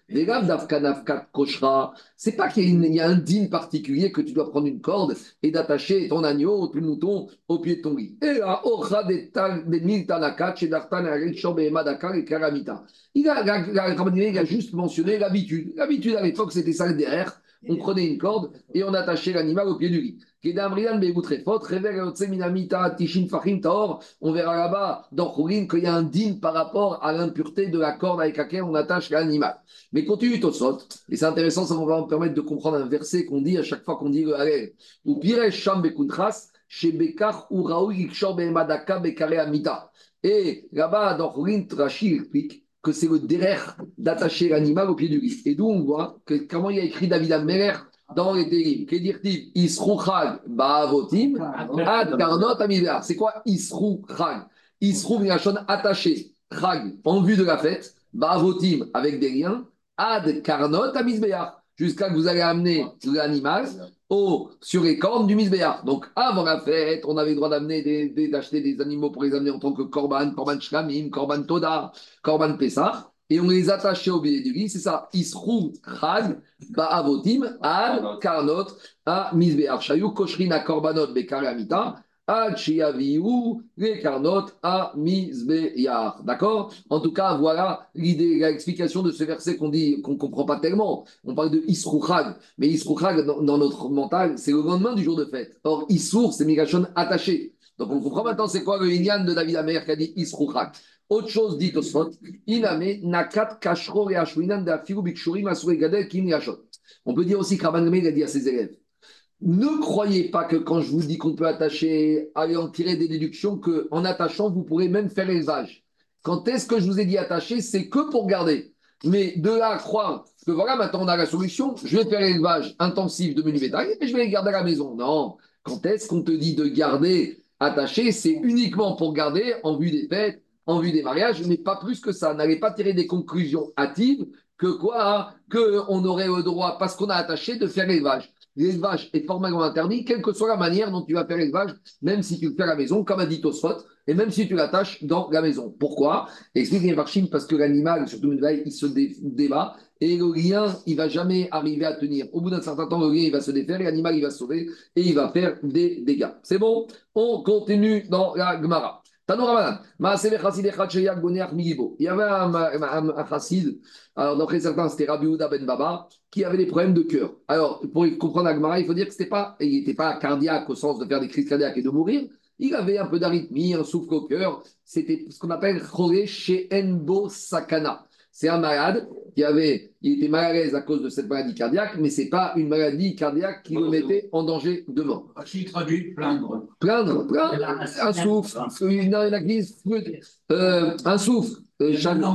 B: Les gaves d'Afkanafkat Koshra, c'est pas qu'il y a, une- il y a un dîme particulier que tu dois prendre une corde et d'attacher ton agneau, ton mouton au pied de ton lit. Et là, Orcha des tal- des mille Tanakat, chez Dartan, Arishon, Behemadakar et Karamita. Il a, la- la- la- il a juste mentionné l'habitude. L'habitude à l'époque, c'était ça derrière. On prenait une corde et on attachait l'animal au pied du lit. Kedamrian Begutrefot, Rever Yotse Minamita, Tishin Fachim Taor. On verra là-bas dans Khourin qu'il y a un dîme par rapport à l'impureté de la corde avec laquelle on attache l'animal. Mais continue Tosot, et c'est intéressant, ça va me permettre de comprendre un verset qu'on dit à chaque fois qu'on dit le Halel. Ou Pire Sham Bekuntras, chez Bekar ou Raoul Ikshor Bemadaka Bekare Amita. Et là-bas, dans Khourin, Rashi explique que c'est le derrière d'attacher l'animal au pied du lit. Et d'où on voit que, comment il y a écrit David Ameler dans les Télim. Kedirtiv, Isrou Chag Ba'avotim, Ad Karnot Amidar. C'est quoi Isrou Chag? Isrou Milachon attaché, Chag en vue de la fête, Ba'avotim avec des liens, Ad Karnot Amizbeach. Jusqu'à que vous allez amener l'animal au, sur les cornes du misbéach. Donc, avant la fête, on avait le droit d'amener des, des- d'acheter des animaux pour les amener en tant que korban, korban shlamim, korban toda, korban pessah, et on les attachait au pied du lit. C'est ça, isrou chag ba'avotim ad karnot à misbéach. Shayou koshrina korbanot bekare amita. Ad shiaviou les karnot à misbéach. D'accord? En tout cas, voilà l'idée, l'explication de ce verset qu'on dit, qu'on ne comprend pas tellement. On parle de isrou chag. Mais Isroukha, dans, dans notre mental, c'est le lendemain du jour de fête. Or, Issour, c'est Migashon attaché. Donc, on comprend maintenant c'est quoi le Inyan de David Amer qui a dit Isroukha. Autre chose dit Tosfot, Iname, Nakat, Kashro, et Ashwinan, de Afiru, Bikshurim, Asure, Gadel, Kim, Yashon. On peut dire aussi que Rabban Gamliel a dit à ses élèves, ne croyez pas que quand je vous dis qu'on peut attacher, aller en tirer des déductions, qu'en attachant, vous pourrez même faire l'élevage. Quand est-ce que je vous ai dit attacher? C'est que pour garder. Mais de là à croire que voilà, maintenant on a la solution, je vais faire l'élevage intensif de menu bétail et je vais les garder à la maison. Non. Quand est-ce qu'on te dit de garder attaché? C'est uniquement pour garder en vue des fêtes, en vue des mariages, mais pas plus que ça. N'allez pas tirer des conclusions hâtives que quoi? Qu'on aurait le droit, parce qu'on a attaché, de faire l'élevage. L'élevage est formellement interdit, quelle que soit la manière dont tu vas faire l'élevage, même si tu le fais à la maison, comme a dit Tosfot, et même si tu l'attaches dans la maison. Pourquoi? Explique les Varchim, parce que l'animal, surtout une veille, il se dé- débat, et le lien, il va jamais arriver à tenir. Au bout d'un certain temps, le lien, il va se défaire, et l'animal, il va se sauver, et il va faire des dégâts. C'est bon? On continue dans la Gemara. Tanouraman, Maaseh Chassid Echad Sheyak Boneach Migibo. Il y avait un, un, un, un chassid, alors d'après certains, c'était Rabbi Houda Ben Baba, qui avait des problèmes de cœur. Alors, pour comprendre la Gemara, il faut dire que c'était pas, il n'était pas cardiaque au sens de faire des crises cardiaques et de mourir. Il avait un peu d'arythmie, un souffle au cœur. C'était ce qu'on appelle Choré chez Enbo Sakana. C'est un malade qui avait, il était mal à l'aise à cause de cette maladie cardiaque, mais ce n'est pas une maladie cardiaque qui le mettait en danger de mort.
E: Qui traduit plaindre.
B: Plaindre, plaindre, un souffle, une, une crise, euh, un souffle. Euh,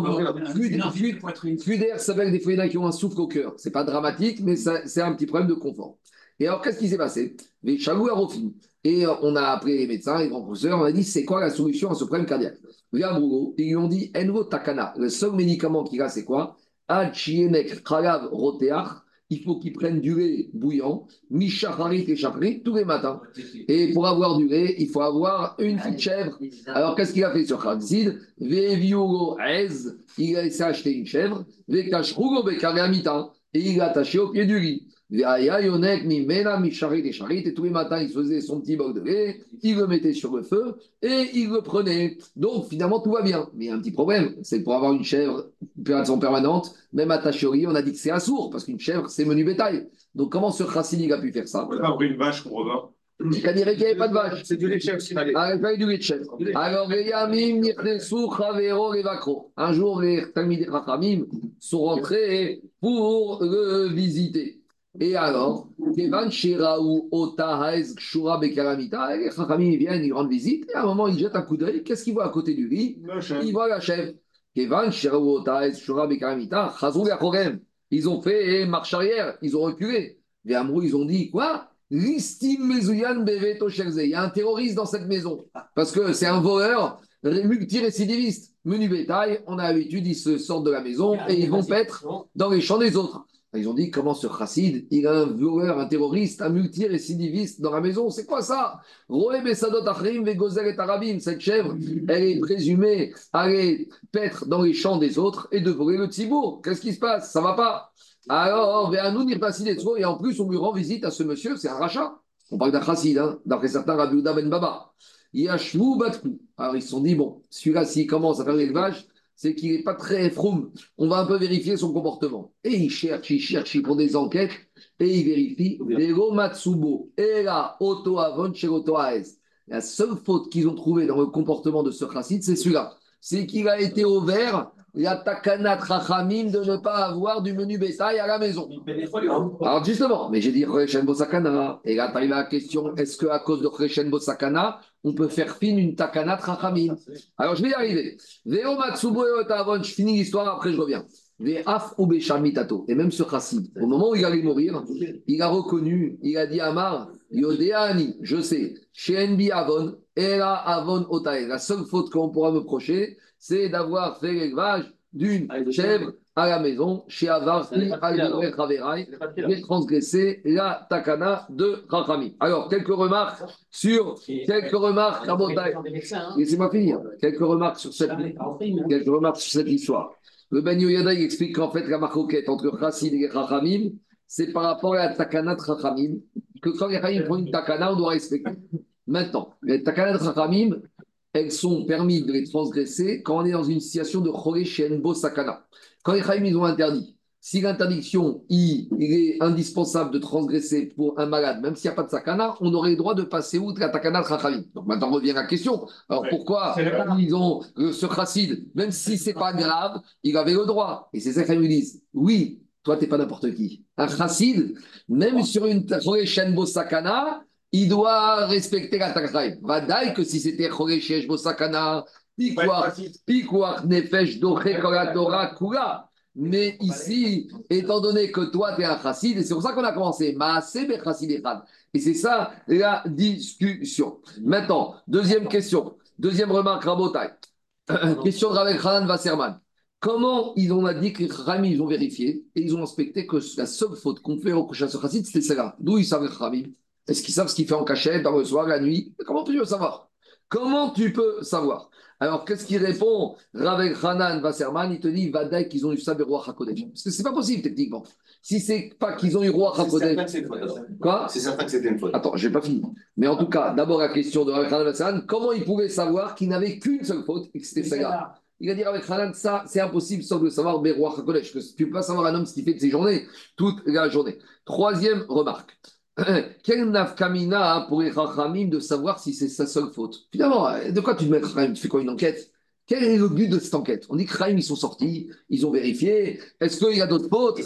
B: Flux d'air, ça s'appelle des fois qui ont un souffle au cœur. Ce n'est pas dramatique, mais ça- c'est un petit problème de confort. Et alors, qu'est-ce qui s'est passé? Les chalou à Rofin. Et euh, on a appelé les médecins, les grands professeurs, on a dit c'est quoi la solution à ce problème cardiaque? Via Brugo, ils lui ont dit Envo Takana. Le seul médicament qu'il a, c'est quoi? Achienek Khalav Roteach. Il faut qu'il prenne du lait bouillant, Mishacharit et Chaprit, tous les matins. Et pour avoir du lait, il faut avoir une petite chèvre. Alors, qu'est-ce qu'il a fait sur Khalzid? Veviugo Ez, il a essayé acheter une chèvre, Vekashrugo Bekaramita, et il l'a attaché au pied du lit. Veaya Yonek Mimena Misharit et Charit, et tous les matins, il faisait son petit bol de lait, il le mettait sur le feu, et il le prenait. Donc, finalement, tout va bien. Mais il y a un petit problème, c'est pour avoir une chèvre de façon permanente, même attachée au lit, on a dit que c'est assourd, parce qu'une chèvre, c'est menu bétail. Donc, comment ce Chassini a pu faire ça?
A: On a pris une vache, on revint.
B: C'est-à-dire qu'il n'y avait pas de vache.
C: C'est du lait de chèvre, s'il allait.
B: Ah, il fallait du lait de chèvre. Alors, les Yamim, Nirnesu, Chavero, les Vakro. Un jour, les Talmidei Chachamim sont rentrés pour le visiter. Et alors, Kevan Shiraou, Ota, Haez, Kshura, Bekaramita, les Chachamim ils viennent, ils rendent visite, et à un moment, ils jettent un coup d'œil. Qu'est-ce qu'ils voient à côté du lit?
A: La chèvre.
B: Ils voient la chèvre. Kevan Shiraou, Ota, Haez, Kshura, Bekaramita, Chazou, Yachorem. Ils ont fait marche arrière, ils ont reculé. Les Amrou, ils ont dit quoi? Listim Mezouyan Beveto Sherze. Il y a un terroriste dans cette maison. Parce que c'est un voleur multirécidiviste. Menu bétail, on a l'habitude, ils se sortent de la maison et ils vont paître dans les champs des autres. Ils ont dit comment ce chassid, il a un violeur, un terroriste, un multirécidiviste dans la maison. C'est quoi ça? Roé Bessadot Achrim Vegozel et Arabim. Cette chèvre, elle est présumée aller paître dans les champs des autres et de voler le tzibour. Qu'est-ce qui se passe? Ça va pas. Alors, Ve'anu Nirpasid et en plus, on lui rend visite à ce monsieur, c'est un rachat. On parle d'un chassid, hein, d'après certains, Rabbi Uda Ben Baba. Yashvou Batkou. Alors, ils se sont dit, bon, celui-là, s'il commence à faire l'élevage, c'est qu'il n'est pas très froum. On va un peu vérifier son comportement. Et il cherche, il cherche, il font des enquêtes et il vérifie. Vero Matsubo, Era Oto Avon Cheroto Aes. La seule faute qu'ils ont trouvée dans le comportement de ce chassid, c'est celui-là. C'est qu'il a été ouvert la takanat rachamim de ne pas avoir du menu bétail à la maison. Alors justement, mais j'ai dit Choreshen Bosakana. Et là, tu arrives à la question, est-ce qu'à cause de Choreshen Bosakana, on peut faire fine une takanat rachamim? Alors je vais y arriver. Veo Matsubo Avon, je finis l'histoire, après je reviens. Et même ce chassid, au moment où il allait mourir, il a reconnu, il a dit à Amar, Yodéani, je sais, chez Enbi Avon, Era Avon Otae. La seule faute qu'on pourra me reprocher, c'est d'avoir fait l'élevage d'une chèvre à la maison, chez Avar, et transgressé la takana de Rachami. Alors, quelques remarques sur, quelques remarques, laissez-moi finir, quelques remarques sur cette, quelques remarques sur cette histoire. Le Ben Yoyada, il explique qu'en fait, la marcoquette entre Chassid et Chachamim, c'est par rapport à la takana de Chachamim, que quand les Chachamim font une takana, on doit respecter. Maintenant, les takana de Chachamim, elles sont permis de les transgresser quand on est dans une situation de Choré Shenbo Sakana. Quand les Chachamim, ils ont interdit, si l'interdiction, il, il est indispensable de transgresser pour un malade, même s'il n'y a pas de sakana, on aurait le droit de passer outre la takana de Chachamim. Donc maintenant revient la question. Alors ouais. Pourquoi ils ont euh, ce chassid, même si c'est pas grave, il avait le droit. Et c'est ça qu'ils disent. Oui, toi t'es pas n'importe qui. Un chassid, même sur une choré shenbo sakana, il doit respecter la takana. Vadaï que si c'était choré shenbo sakana, pikuach nefesh doche kolatora kula. Mais ici, étant donné que toi, tu es un chassid, et c'est pour ça qu'on a commencé. Maaseh be chassid echad. Et c'est ça la discussion. Maintenant, deuxième question. Deuxième remarque, Rabotai. Question de Rabbi Hanan Wasserman. Comment ils ont dit que les Chachamim, ils ont vérifié et ils ont inspecté que la seule faute qu'on fait au chasseur chassid, c'était celle-là. D'où ils savent les Chachamim? Est-ce qu'ils savent ce qu'il fait en cachette, dans le soir, la nuit? Comment tu peux savoir? Comment tu peux savoir? Alors, qu'est-ce qu'il répond? Rabbi Hanan Wasserman, il te dit, Vadaï qu'ils ont eu ça, Ruach HaKodesh. Parce que c'est pas possible, techniquement. Si c'est pas qu'ils ont eu Ruach HaKodesh. Quoi?
C: C'est certain que c'était une faute.
B: Attends, je n'ai pas fini. Mais en tout cas, d'abord la question de Rabbi Hanan Wasserman, comment il pouvait savoir qu'il n'avait qu'une seule faute et que c'était celle-là? Il a dit avec Hanan, ça, c'est impossible sans le savoir, Ruach HaKodesh. Parce que tu ne peux pas savoir un homme ce qu'il fait de ses journées, toute la journée. Troisième remarque. Quel nafkamina pour les Chachamim de savoir si c'est sa seule faute? Finalement, de quoi tu te mets Chachamim? Tu fais quoi, une enquête? Quel est le but de cette enquête? On dit que Chachamim, ils sont sortis, ils ont vérifié. Est-ce qu'il y a d'autres fautes?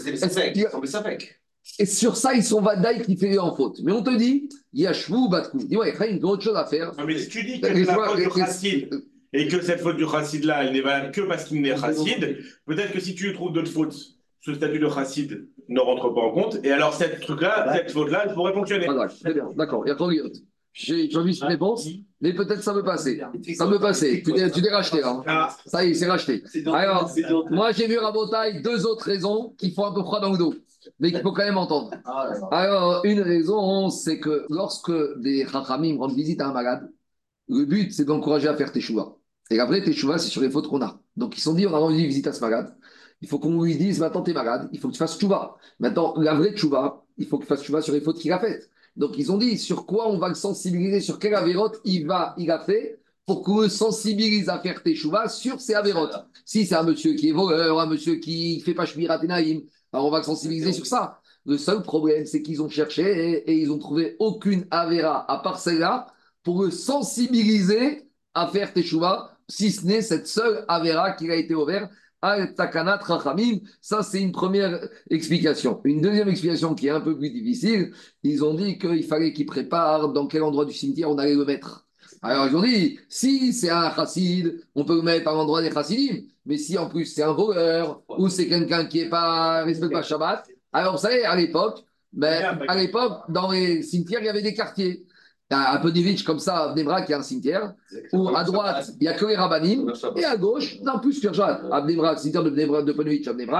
B: Et sur ça, ils sont Vadaï qui fait en faute. Mais on te dit, Yashvou Batkou. Dis ouais, Chachamim, ils ont autre chose à faire.
A: Non, mais si tu dis que c'est la faute du chassid et que cette faute du chassid là, elle n'est valable que parce qu'il n'est chassid, peut-être que si tu trouves d'autres fautes, ce statut de chassid ne rentre pas en compte. Et alors, cette truc-là, cette faute-là, elle pourrait fonctionner.
B: Ah, très bien, d'accord. Il y a trop de J'ai envie de réponse, mais peut-être ça peut passer. Ça peut passer. Tu t'es, tu t'es racheté, là. Hein. Ça y est, c'est racheté. Alors, moi, j'ai vu Rabotaille deux autres raisons qui font un peu froid dans le dos, mais qu'il faut quand même entendre. Alors, une raison, c'est que lorsque des Chachamim rendent visite à un malade, le but, c'est d'encourager à faire teshuva. Et la vraie teshuva, c'est sur les fautes qu'on a. Donc, ils se sont dit, on a rendu visite à ce malade. Il faut qu'on lui dise, maintenant t'es malade, il faut que tu fasses tchouva. Maintenant, la vraie tchouva, il faut qu'il fasse tchouva sur les fautes qu'il a faites. Donc, ils ont dit, sur quoi on va le sensibiliser, sur quelle avérote il, va, il a fait, pour qu'on le sensibilise à faire tchouva sur ces avérotes. Si c'est un monsieur qui est voleur, un monsieur qui ne fait pas shmirat naïm, alors on va le sensibiliser sur ça. Le seul problème, c'est qu'ils ont cherché et, et ils ont trouvé aucune avéra, à part celle-là, pour le sensibiliser à faire tchouva, si ce n'est cette seule avéra qui a été ouverte. Al-Takanat Rachamim, ça c'est une première explication. Une deuxième explication qui est un peu plus difficile, ils ont dit qu'il fallait qu'ils préparent dans quel endroit du cimetière on allait le mettre. Alors ils ont dit, si c'est un chassid, on peut le mettre à l'endroit des chassidim, mais si en plus c'est un voleur, ou c'est quelqu'un qui est pas respecte pas Shabbat, alors vous savez, à l'époque, ben, à l'époque, dans les cimetières, il y avait des quartiers. Un peu d'Ivitch comme ça, à Bnebrak, il y a un cimetière, où à droite, il n'y a que les rabbanim, et à gauche, non plus que Jad, à Bnebrak, cimetière de Bnebrak, de Ponovitch à Bnebrak,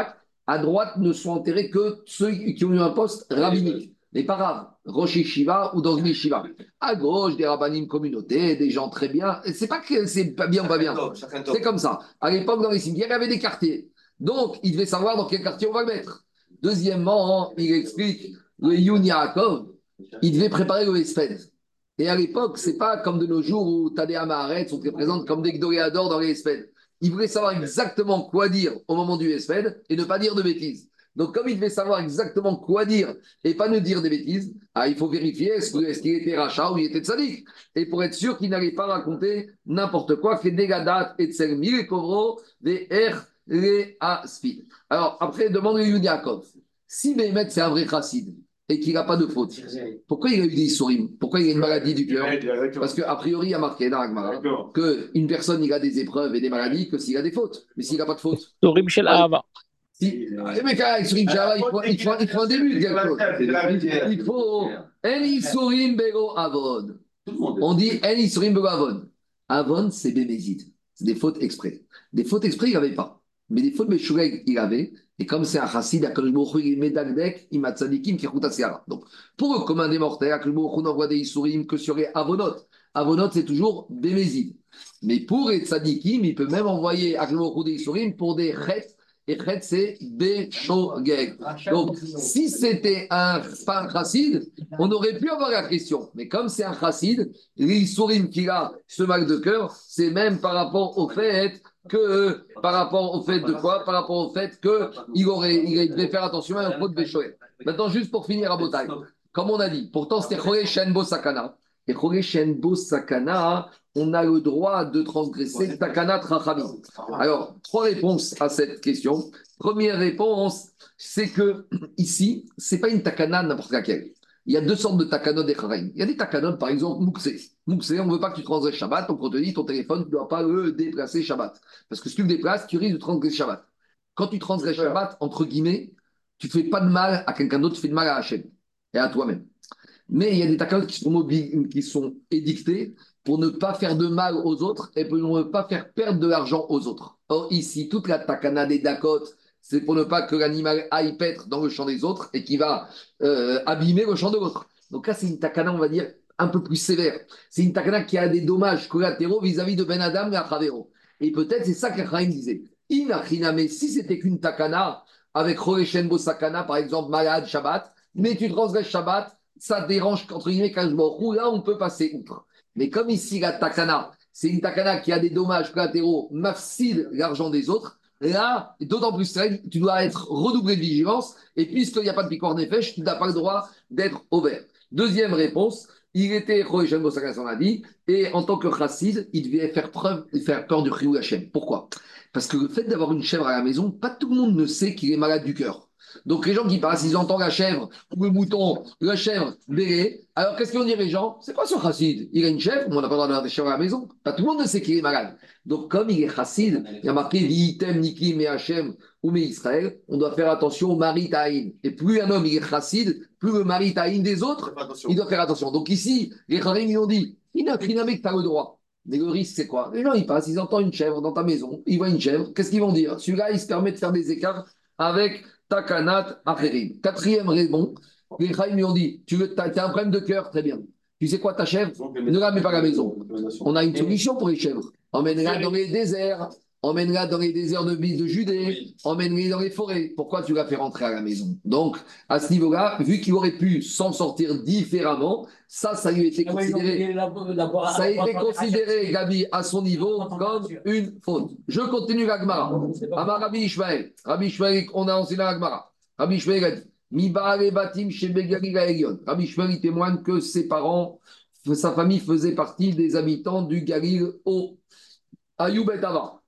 B: à droite ne sont enterrés que ceux qui ont eu un poste rabbinique. Mais pas grave, Rosh Yeshiva ou dans une Yeshiva. À gauche, des rabbinim communautés, des gens très bien. C'est pas que c'est pas bien ou pas bien. C'est comme ça. À l'époque, dans les cimetières, il y avait des quartiers. Donc, il devait savoir dans quel quartier on va le mettre. Deuxièmement, il explique le Yun Yaakov, il devait préparer le Esped. Et à l'époque, c'est pas comme de nos jours où Tadéa Maharet sont très présentes comme des Gdoléadors dans les Esped. Il voulait savoir exactement quoi dire au moment du Esped et ne pas dire de bêtises. Donc, comme il devait savoir exactement quoi dire et pas ne dire des bêtises, ah, il faut vérifier est-ce qu'il est était rachat ou il était tzaddik. Et pour être sûr qu'il n'allait pas raconter n'importe quoi, fait des gadat et tselmi, les kovro, des er, les aspid. Alors, après, demande le Yaakov. Si Mehmet, c'est un vrai chassid et qu'il n'a pas de faute, pourquoi il a eu des souris? Pourquoi il a une maladie du cœur? Parce qu'a priori, il y a marqué dans Agmara qu'une personne, il a des épreuves et des maladies que s'il a des fautes. Mais s'il n'a pas de fautes.
F: Sourim shel Ahava.
B: Si, mais quand avec Sourim Shel Ahava, il faut, il, faut, il faut un début de quelque chose. Il faut. En Isurim Bego Avon. On dit En Isurim Bego Avon. Avon, c'est Bémézid. C'est des fautes exprès. Des fautes exprès, il n'y avait pas. Mais des fautes Meshureg, il avait. Et comme c'est un chassid, Akadosh Baruch Hu, il met Dagdek, il m'a tzadikim, qui route à Donc, pour le commun des mortels, Akadosh Baruch Hu n'envoie des Isurim que sur les Avonot. Avonot, c'est toujours Bémézid. Mais pour les tzadikim, il peut même envoyer Akadosh Baruch Hu des Isurim pour des Chet. Et Chet, c'est Béchogeg. Donc, si c'était un, pas un chassid, on aurait pu avoir la question. Mais comme c'est un chassid, les Isurim qu'il a, ce mal de cœur, c'est même par rapport au fait que euh, par rapport au fait de quoi? Par rapport au fait qu'il aurait, il devait faire attention à un pot de Béchoé. Maintenant, juste pour finir à Botaï, comme on a dit, pourtant c'était Choré Shenbo Sakana. Et Choré Shenbo Sakana, on a le droit de transgresser Takana Trachamim. Alors, trois réponses à cette question. Première réponse, c'est que ici, ce n'est pas une Takana n'importe laquelle. Il y a deux sortes de takanot des Charaïm. Il y a des takanot, par exemple, Mouksé. Mouksé, on ne veut pas que tu transgresses Shabbat, donc on te dit ton téléphone, tu ne dois pas le déplacer Shabbat. Parce que si tu le déplaces, tu risques de transgresser Shabbat. Quand tu transgresses Shabbat, entre guillemets, tu ne fais pas de mal à quelqu'un d'autre, tu fais de mal à Hachem et à toi-même. Mais il y a des takanot qui sont, qui sont édictés pour ne pas faire de mal aux autres et pour ne pas faire perdre de l'argent aux autres. Or, ici, toute la takana des Dakot, c'est pour ne pas que l'animal aille paître dans le champ des autres et qui va euh, abîmer le champ de l'autre. Donc là, c'est une takana, on va dire, un peu plus sévère. C'est une takana qui a des dommages collatéraux vis-à-vis de Ben Adam et Achavero. Et peut-être c'est ça qu'Achaim disait. Inachiname, si c'était qu'une takana avec Choreshen Bosakana, par exemple, malade Shabbat, mais tu transgresses Shabbat, ça dérange, entre guillemets, Kajborou, là, on peut passer outre. Mais comme ici, la takana, c'est une takana qui a des dommages collatéraux, mafside l'argent des autres. Là, d'autant plus règle, tu dois être redoublé de vigilance. Et puisqu'il n'y a pas de piquant nefesh, tu n'as pas le droit d'être au vert. Deuxième réponse, il était Choreshen Bosaka, on a dit, et en tant que chassid, il devait faire preuve, faire peur du Chiyou Hashem. Pourquoi? Parce que le fait d'avoir une chèvre à la maison, pas tout le monde ne sait qu'il est malade du cœur. Donc les gens qui passent, ils entendent la chèvre ou le mouton, la chèvre bélée. Alors qu'est-ce qu'ils vont dire les gens? C'est quoi ce chassid? Il a une chèvre, mais on n'a pas le droit d'avoir des chèvres à la maison. Pas tout le monde ne sait qu'il est malade. Donc comme il est chassid, il y a marqué Vi'item Niki Me Hachem ou Me Israël, on doit faire attention au mari Taïn. Et plus un homme il est chassid, plus le mari Taïn des autres, il doit faire attention. Donc ici, les charim ils ont dit, il n'a pris un mec, tu as le droit. Mais le risque, c'est quoi? Les gens, ils passent, ils entendent une chèvre dans ta maison, ils voient une chèvre, qu'est-ce qu'ils vont dire? Celui-là, il se permet de faire des écarts avec Takanat Acherim. Quatrième raison, les Chaim lui ont dit, tu veux, as, as un problème de cœur, très bien. Tu sais quoi, ta chèvre? Ne la mets pas à la maison. On a une solution pour les chèvres. Emmène-la dans les déserts, emmène-la dans les déserts de, de Judée, emmène-la dans les forêts. Pourquoi tu l'as fait rentrer à la maison? Donc, à ce niveau-là, vu qu'il aurait pu s'en sortir différemment, ça, ça lui a été considéré, ça a été considéré, Gabi, à son niveau, comme une faute. Je continue l'Agmara. Amar Rabbi Ishmael. Rabbi Ishmael, on a enseigné l'Agmara. Rabbi Ishmael a dit, Mi Baale Batim chez Begarila Elion. Rabbi Ishmael témoigne que ses parents, sa famille faisait partie des habitants du Galil haut. Ayoub et Ava,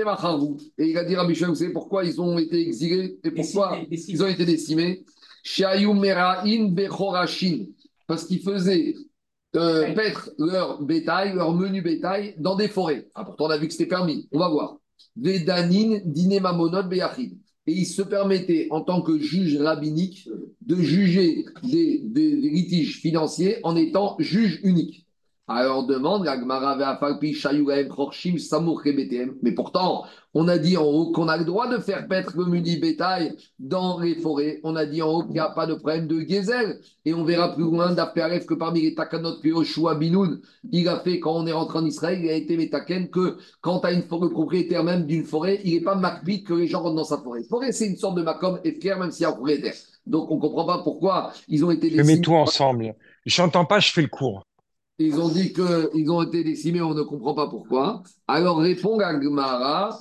B: et il a dit Rabbi Shmuel, vous savez pourquoi ils ont été exilés et pourquoi ils ont été décimés? Chez Ayoub Meraïn Bechorashin, parce qu'ils faisaient euh, paître leur bétail, leur menu bétail dans des forêts. Ah, pourtant, on a vu que c'était permis, on va voir. Vedanin Dine Mamonot Beyachid. Et ils se permettaient, en tant que juge rabbinique, de juger des, des, des litiges financiers en étant juge unique. Alors demande la Gemara ve'afalpi shayugaem chorshim samour kebetem. Mais pourtant, on a dit en haut qu'on a le droit de faire paître le muni bétail dans les forêts. On a dit en haut qu'il n'y a pas de problème de gazelle. Et on verra plus loin d'Aperef que parmi les takanot que Yoshua Binoun, il a fait quand on est rentré en Israël, il a été métaken que quand tu as une forêt, le propriétaire même d'une forêt, il n'est pas makbid que les gens rentrent dans sa forêt. Forêt, c'est une sorte de makom efker, même s'il y a un propriétaire. Donc on ne comprend pas pourquoi ils ont été
G: Je mets
B: décimés.
G: tout ensemble. J'entends pas, je fais le cours.
B: Ils ont dit qu'ils ont été décimés, on ne comprend pas pourquoi. Alors répond Agmara,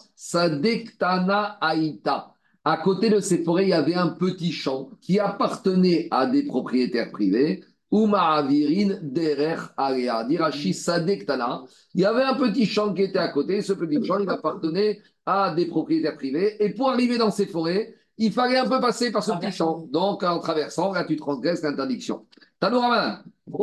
B: Sadektana Aïta. À côté de ces forêts, il y avait un petit champ qui appartenait à des propriétaires privés. Umaavirin Derer Alea. Dirachi Sadektana. Il y avait un petit champ qui était à côté. Ce petit champ, il appartenait à des propriétaires privés. Et pour arriver dans ces forêts, il fallait un peu passer par ce petit champ. Donc, en traversant, là, tu transgresses l'interdiction. Tanouraman,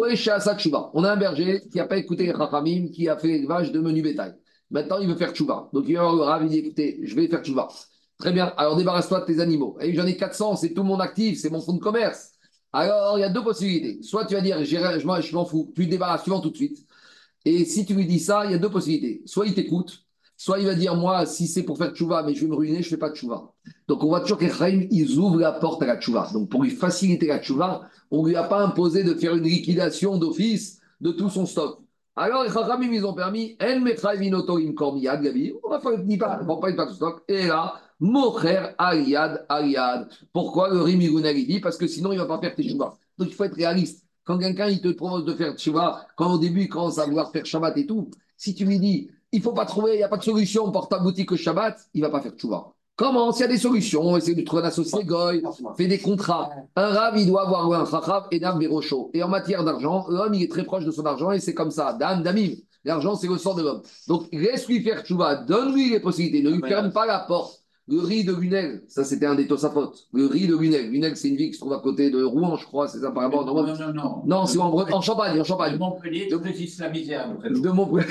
B: on a un berger qui n'a pas écouté les Chachamim, qui a fait l'élevage de menu bétail. Maintenant, il veut faire tchouva. Donc, il va voir le Rav, il dit écoutez, je vais faire tchouva. Très bien, alors débarrasse-toi de tes animaux. Et j'en ai quatre cents, c'est tout mon actif, c'est mon fonds de commerce. Alors, il y a deux possibilités. Soit tu vas dire je m'en, je m'en fous, tu te débarrasses, tu vends tout de suite. Et si tu lui dis ça, il y a deux possibilités. Soit il t'écoute, soit il va dire moi, si c'est pour faire tchouva, mais je vais me ruiner, je ne fais pas de tchouva. Donc, on voit toujours qu'Ephraim, ils ouvrent la porte à la tchouva. Donc, pour lui faciliter la tchouva, on ne lui a pas imposé de faire une liquidation d'office de tout son stock. Alors, les Chachamim, ils ont permis, El Mechravinoto im Kormiyad, Gabi, on va faire une pas, on va pas une part de stock. Et là, Mocher Aliad Aliad. Pourquoi le Rimigunel, il dit parce que sinon, il ne va pas faire tes tchouva. Donc, il faut être réaliste. Quand quelqu'un, il te propose de faire tchouva, quand au début, il commence à vouloir faire Shabbat et tout, si tu lui dis, il ne faut pas trouver, il n'y a pas de solution pour ta boutique au Shabbat, il ne va pas faire tchouva. Comment? S'il y a des solutions, on essaie de trouver un associé goy, fait des contrats. Un rave, il doit avoir un chachav et d'un bérocho. Et en matière d'argent, l'homme, il est très proche de son argent et c'est comme ça. Dame, damim. L'argent, c'est le sort de l'homme. Donc, laisse-lui faire tchouva, donne-lui les possibilités, ne lui ferme pas la porte. Le riz de Lunel, ça c'était un des Tosafot. Le riz de Lunel. Lunel, c'est une ville qui se trouve à côté de Rouen, je crois, c'est ça apparemment.
E: Non, non, non. Non,
B: non c'est en, en Champagne, en Champagne.
E: De Montpellier, de plus islamisé à peu
B: De Montpellier.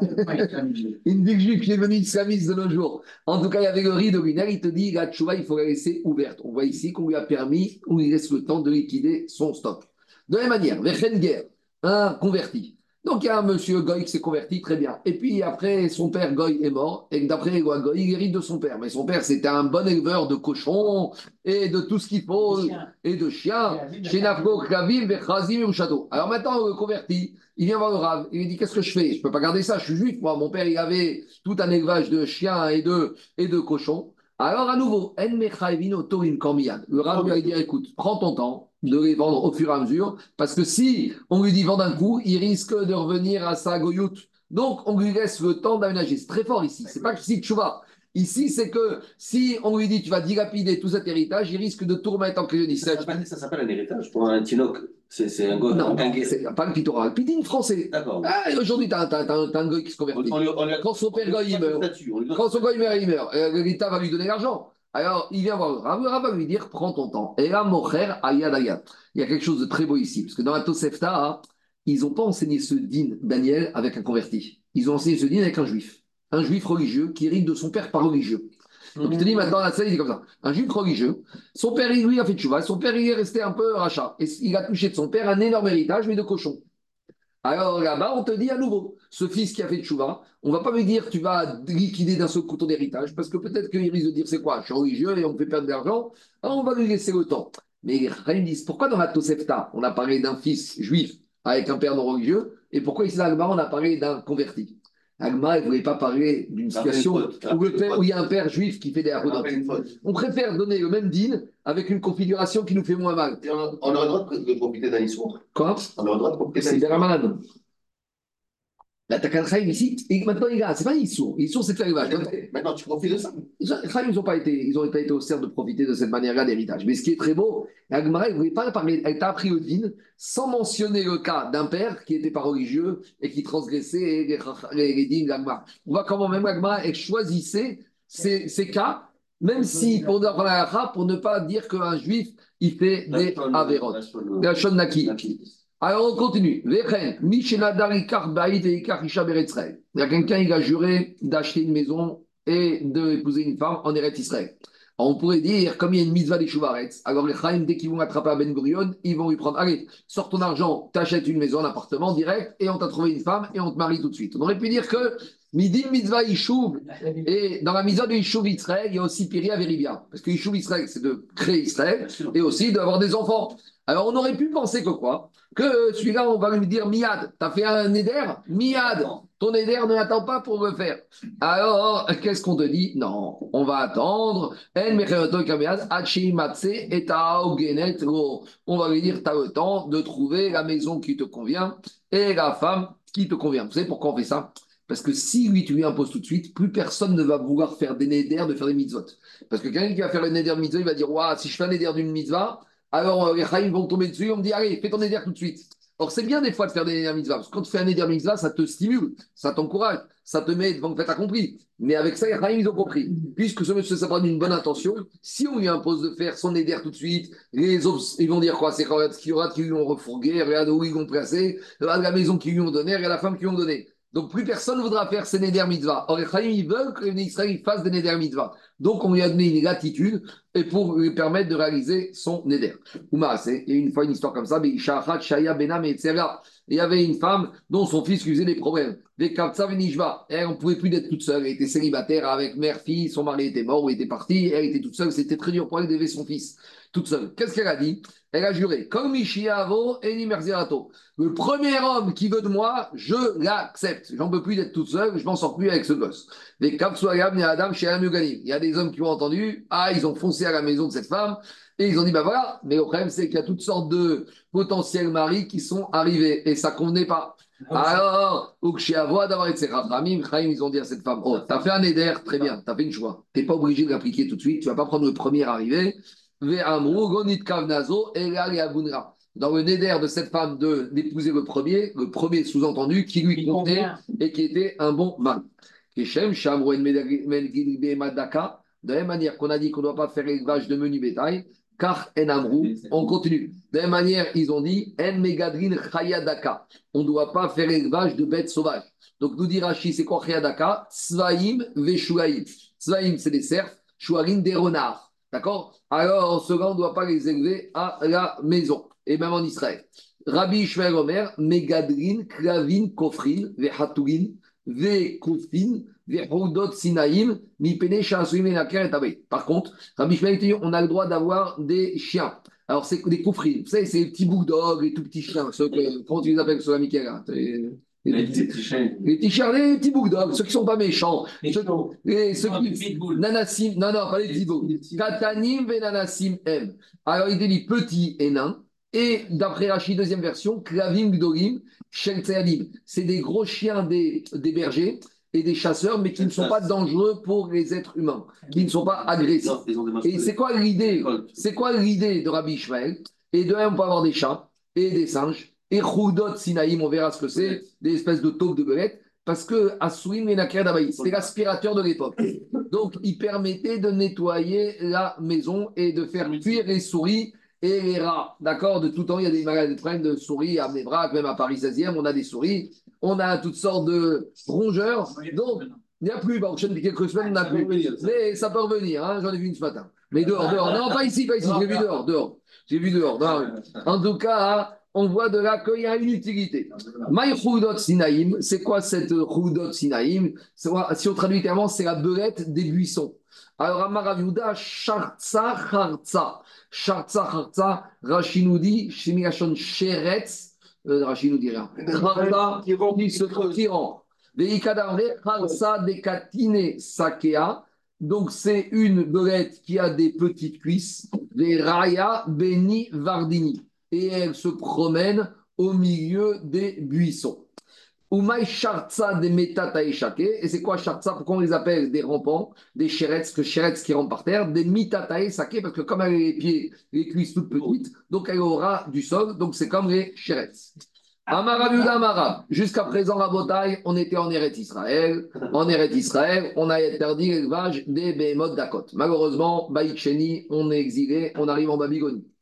B: Une ville juive qui est devenue islamiste de nos jours. En tout cas, il y avait le riz de Lunel, il te dit, la tchouva, il faut la laisser ouverte. On voit ici qu'on lui a permis, on lui laisse le temps de liquider son stock. De la même manière, Vechenger, un converti. Donc, il y a un monsieur Goy qui s'est converti, très bien. Et puis, après, son père Goy est mort. Et d'après Goy, il hérite de son père. Mais son père, c'était un bon éleveur de cochons et de tout ce qu'il faut, et de chiens. Chez Nafgo, Klavim, Bechrazim et Uchato. Alors maintenant, le converti, il vient voir le Rav. Il lui dit qu'est-ce que je fais? Je ne peux pas garder ça, je suis juif. Moi, mon père, il avait tout un élevage de chiens et de, et de cochons. Alors, à nouveau, le Rav lui a dit écoute, prends ton temps de les vendre au fur et à mesure, parce que si on lui dit vendre un coup, il risque de revenir à sa goyout. Donc, on lui laisse le temps d'aménager. C'est très fort ici. C'est pas que si tu vas. Ici, c'est que si on lui dit tu vas dilapider tout cet héritage, il risque de tout remettre en crédit.
C: Ça, ça s'appelle un héritage pour un tinoc. C'est un goy.
B: Non, c'est pas le pitoral. Pitine français.
C: D'accord.
B: Ah, aujourd'hui, tu as, as, un goy qui se convertit. On, on, on, quand son père goy il meurt, quand son goy meurt, il meurt, l'État va lui donner l'argent. Alors, il vient voir le Rav, le Rav va lui dire prends ton temps. Et là, Mocher, Ayad Ayad. Il y a quelque chose de très beau ici, parce que dans la Tosefta, ils n'ont pas enseigné ce din Daniel avec un converti. Ils ont enseigné ce din avec un juif. Un juif religieux qui hérite de son père par religieux. Donc, il te dit maintenant, la scène, il est comme ça. Un juif religieux, son père, lui, a fait tchouva. Son père, il est resté un peu rachat. Et il a touché de son père un énorme héritage, mais de cochon. Alors là-bas, on te dit à nouveau, ce fils qui a fait tchouva, on ne va pas lui dire tu vas liquider d'un seul coup ton héritage, parce que peut-être qu'il risque de dire c'est quoi, je suis religieux et on me fait perdre de l'argent, alors on va lui laisser le temps. Mais les Chachamim disent pourquoi dans la Tosefta, on a parlé d'un fils juif avec un père non religieux, et pourquoi ici dans l'Agma, on a parlé d'un converti? L'Agma, elle ne voulait pas parler d'une situation où, le père, où il y a un père juif qui fait des apodotes. On préfère donner le même din avec une configuration qui nous fait moins mal.
C: Et on, on aurait le droit de profiter d'un issour.
B: Quoi?
C: On aurait le droit de profiter d'un
B: C'est
C: issour.
B: Beraman. La Takanchaim ici, et maintenant les gars, c'est pas Issour. Issour, c'est faire l'élevage.
C: Maintenant, tu profites de ça.
B: Les Chaim, ils n'ont pas été, ils ont pas été au cerf de profiter de cette manière-là d'héritage. Mais ce qui est très beau, Agmara, elle ne voulait pas parler, elle t'a appris le din sans mentionner le cas d'un père qui n'était pas religieux et qui transgressait les, les, les dînes d'Agmara. On voit comment même Agmara, elle choisissait ces, ces cas, même si, pour, pour ne pas dire qu'un juif, il fait des avérotes. La Shon Naki. Alors on continue. Il y a quelqu'un qui a juré d'acheter une maison et d'épouser une femme en Eretz Israël. Alors, on pourrait dire, comme il y a une mitzvah des Chouvaretz, alors les Chaim, dès qu'ils vont attraper à Ben Gurion, ils vont lui prendre, allez, sors ton argent, t'achètes une maison, un appartement direct, et on t'a trouvé une femme, et on te marie tout de suite. On aurait pu dire que Midi mitzvah Ishuv, et dans la mitzvah de Ishuv Israël, il y a aussi Piria Veribia. Parce que Ishuv Israël, c'est de créer Israël, et aussi d'avoir des enfants. Alors, on aurait pu penser que quoi? Que celui-là, on va lui dire Miad, t'as fait un Neder? Miad, ton Neder ne l'attend pas pour me faire. Alors, qu'est-ce qu'on te dit? Non, on va attendre. On va lui dire, tu as le temps de trouver la maison qui te convient et la femme qui te convient. Vous savez pourquoi on fait ça? Parce que si lui, tu lui imposes tout de suite, plus personne ne va vouloir faire des néders, de faire des mitzvot. Parce que quelqu'un qui va faire le néder mitzvah, il va dire, waouh, si je fais un néder d'une mitzvah, alors les chaïms vont tomber dessus, on me dit, allez, fais ton néder tout de suite. Or, c'est bien des fois de faire des néder mitzvah, parce que quand tu fais un néder mitzvah, ça te stimule, ça t'encourage, ça te met devant le fait accompli. Mais avec ça, les chaïms, ils ont compris. Puisque ce monsieur s'apprend d'une bonne intention, si on lui impose de faire son néder tout de suite, les autres, ils vont dire quoi? C'est qui aura qui lui ont refourgué, regarde où ils l'ont placé, regarde la maison qu'ils lui ont donnée, regarde la femme qu'ils lui ont donnée. Donc, plus personne ne voudra faire ses Neder Mitzvah. Or, les Chaim, ils veulent que les Israël fassent des Neder Mitzvah. Donc, on lui a donné une latitude et pour lui permettre de réaliser son Neder. Ouma, c'est une fois une histoire comme ça. Il y avait une femme dont son fils lui faisait des problèmes. Et on ne pouvait plus d'être toute seule. Elle était célibataire avec mère, fille, son mari était mort ou était parti. Elle était toute seule. C'était très dur pour elle d'élever son fils toute seule. Qu'est-ce qu'elle a dit? Elle a juré. Comme Mishiavo et Nimerzirato. Le premier homme qui veut de moi, je l'accepte. J'en peux plus d'être toute seule, je m'en sors plus avec ce gosse. Les Kapsuagam et Adam chez Amuganim. Il y a des hommes qui ont entendu, ah, ils ont foncé à la maison de cette femme, et ils ont dit, bah voilà, mais le problème, c'est qu'il y a toutes sortes de potentiels maris qui sont arrivés, et ça ne convenait pas. Alors, Ukshiavo d'avoir été Ramim, Chaim, ils ont dit à cette femme, oh, t'as fait un éder, très bien, t'as fait une choix. T'es pas obligé de l'appliquer tout de suite, tu vas pas prendre le premier arrivé. Dans le néder de cette femme de d'épouser le premier, le premier sous-entendu qui lui convenait et qui était un bon mari. De la même manière qu'on a dit qu'on ne doit pas faire l'élevage de menu bétail, car en amrou, on continue. De la même manière, ils ont dit en megadrin chayadaka. On ne doit pas faire l'élevage de bêtes sauvages. Donc nous dit Rashi, c'est quoi chayadaka? Tzvaim veshuaim. Tzvaim, c'est des cerfs, shuarim, des renards. D'accord? Alors, ceux-là, on ne doit pas les élever à la maison, et même en Israël. Rabbi Ishmael Omer, Megadrin, Klavin, Kofrin, Vehaturin, Vekofin, Vehoudot, Sinaïm, Mipene, Shasuim, Enaker et Tabé. Par contre, Rabbi Ishmael dit on a le droit d'avoir des chiens. Alors, c'est des Kofrin. Vous savez, c'est les petits bulldogs, les tout petits chiens. Ceux que, comment tu les appelles, ceux-là, Michael?
E: Les petits chiens.
B: Les petits chiens, les petits bulldogs, ceux qui ne sont pas méchants.
E: Les
B: ceux, les, ceux
E: non,
B: qui. Nanassim, non, non, pas les pitbulls. Katanim ve Nanassim M. Alors, il dit petit et nain. Et d'après Rachid, deuxième version, Klavim Gdolim, Shel Tseadim. C'est des gros chiens des, des bergers et des chasseurs, mais qui ne sont pas dangereux pour les êtres humains, qui ne sont pas agressifs. Et c'est quoi l'idée? C'est quoi l'idée de Rabbi Ishmael? Et de là, on peut avoir des chats et des singes. Et Choudot Sinaïm, on verra ce que c'est, des espèces de taupes de belettes, parce que Asouim et Nakir d'Abaï, c'était l'aspirateur de l'époque. Donc, il permettait de nettoyer la maison et de faire cuire les souris et les rats. D'accord? De tout temps, il y a des malades de problèmes de souris à Mnébrac, même à Paris seizième, on a des souris, on a toutes sortes de rongeurs. Donc, il n'y a plus, bah, depuis quelques semaines, on n'a plus. Mais ça peut revenir, hein, j'en ai vu une ce matin. Mais dehors, dehors. Non, pas ici, pas ici, j'ai vu dehors, dehors. J'ai vu dehors. Non, en tout cas, on voit de là qu'il y a une utilité. My Choudot Sinaïm, c'est quoi cette Choudot Sinaïm? Si on traduit clairement, c'est la belette des buissons. Alors, Amaraviuda, Chartsa, Chartsa. Chartsa, Chartsa, Rashi nous dit, Shemigashon Sheretz, Rashi nous dit rien. Chartsa, qui se tirant. Veikadamre, Chartsa, Dekatine, Sakea. Donc, c'est une belette qui a des petites cuisses. Des Raya, Beni, Vardini. Et elle se promène au milieu des buissons. Umay Shartsa des Metata Eshake. Et c'est quoi Shartsa? Pourquoi on les appelle des rampants, des chéretz, que chéretz qui rampent par terre, des Mitata Eshake, parce que comme elle a les pieds, les cuisses toutes petites, donc elle aura du sol, donc c'est comme les chéretz. Amarabuda Amara. Jusqu'à présent, la bataille, on était en Eretz Israël. En Eretz Israël, on a interdit l'élevage des Behemoth d'Akot. Malheureusement, Baïk Sheni, on est exilé, on arrive en Babylonie.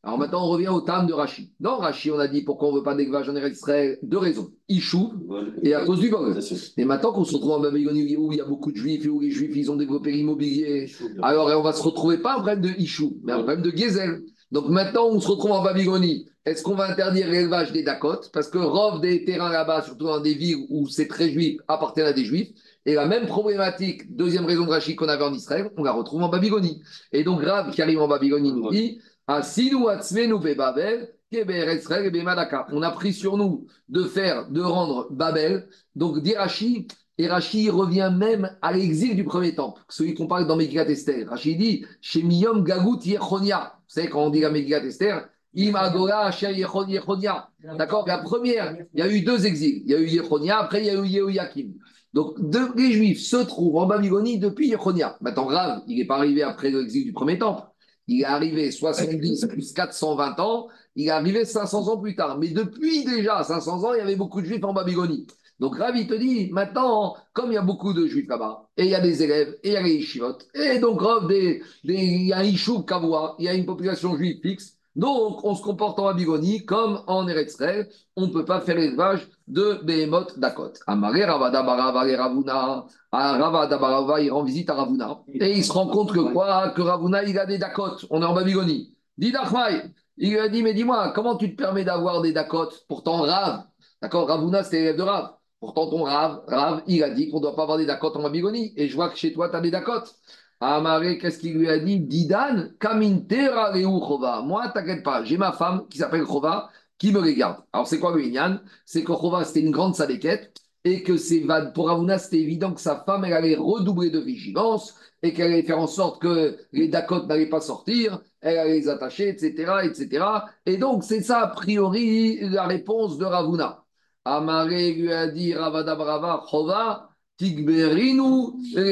B: Alors maintenant, on revient au terme de Rachi. Dans Rachi, on a dit pourquoi on ne veut pas d'élevage en Eretz Israël. Deux raisons. Ichou et à cause du vol. Et maintenant qu'on se retrouve en Babylonie où il y a beaucoup de juifs et où les juifs ils ont développé l'immobilier, alors on va se retrouver pas un problème de Ichou, mais un problème de Gezel. Donc maintenant, on se retrouve en Babylonie. Est-ce qu'on va interdire l'élevage des Dakotes? Parce que Rov des terrains là-bas, surtout dans des villes où c'est très juif, appartiennent à des juifs. Et la même problématique, deuxième raison de Rachid qu'on avait en Israël, on la retrouve en Babylonie. Et donc, Rav qui arrive en Babylonie nous dit Asinu atzmenu bebabel, kebe'eretz Israël be'madaka. On a pris sur nous de faire, de rendre Babel. Donc, dit Rachid, et Rachid revient même à l'exil du premier temple, celui qu'on parle dans Megillat Esther. Rachid dit chez Miyom Gagut Yechonia. Vous savez, quand on dit la Megillat Esther, Im Agora Asher Yechonia. D'accord. La première, il y a eu deux exils. Il y a eu Yechonia, après il y a eu Yehoyakim. Donc, de, les Juifs se trouvent en Babylonie depuis Yechonia. Maintenant, Rav, il n'est pas arrivé après l'exil du premier temple. Il est arrivé soixante-dix plus quatre cent vingt ans. Il est arrivé cinq cents ans plus tard. Mais depuis déjà cinq cents ans, il y avait beaucoup de Juifs en Babylonie. Donc, Rav, il te dit, maintenant, comme il y a beaucoup de Juifs là-bas, et il y a des élèves, et il y a les yeshivot, et donc, Rav, des, des, il y a un Yishuv Kavoua, il y a une population juive fixe. Donc, on se comporte en Babylonie comme en Eretz Israël. On ne peut pas faire l'élevage de Behemoth Dakot. Amaré Ravada Barava et Ravuna. Ravada Barava, il rend visite à Ravuna. Et il se rend compte que quoi? Que Ravuna, il a des Dakot. On est en Babylonie. Dit Nachmaï, il lui a dit, mais dis-moi, comment tu te permets d'avoir des Dakot? Pourtant, Rav, d'accord, Ravuna, c'était l'élève de Rav. Pourtant, ton Rav, Rav, il a dit qu'on ne doit pas avoir des Dakot en Babylonie. Et je vois que chez toi, tu as des Dakot. Amaré, qu'est-ce qu'il lui a dit? Didan, Kamintera Reu Chova. Moi, t'inquiète pas, j'ai ma femme qui s'appelle Chova qui me les garde. Alors, c'est quoi le Inyan? C'est que Chova, c'était une grande sadéquette et que c'est, pour Ravuna, c'était évident que sa femme, elle allait redoubler de vigilance et qu'elle allait faire en sorte que les Dakot n'allaient pas sortir, elle allait les attacher, et cetera, et cetera. Et donc, c'est ça, a priori, la réponse de Ravuna. Amaré lui a dit, Ravada Brava, Chova, Tigberinu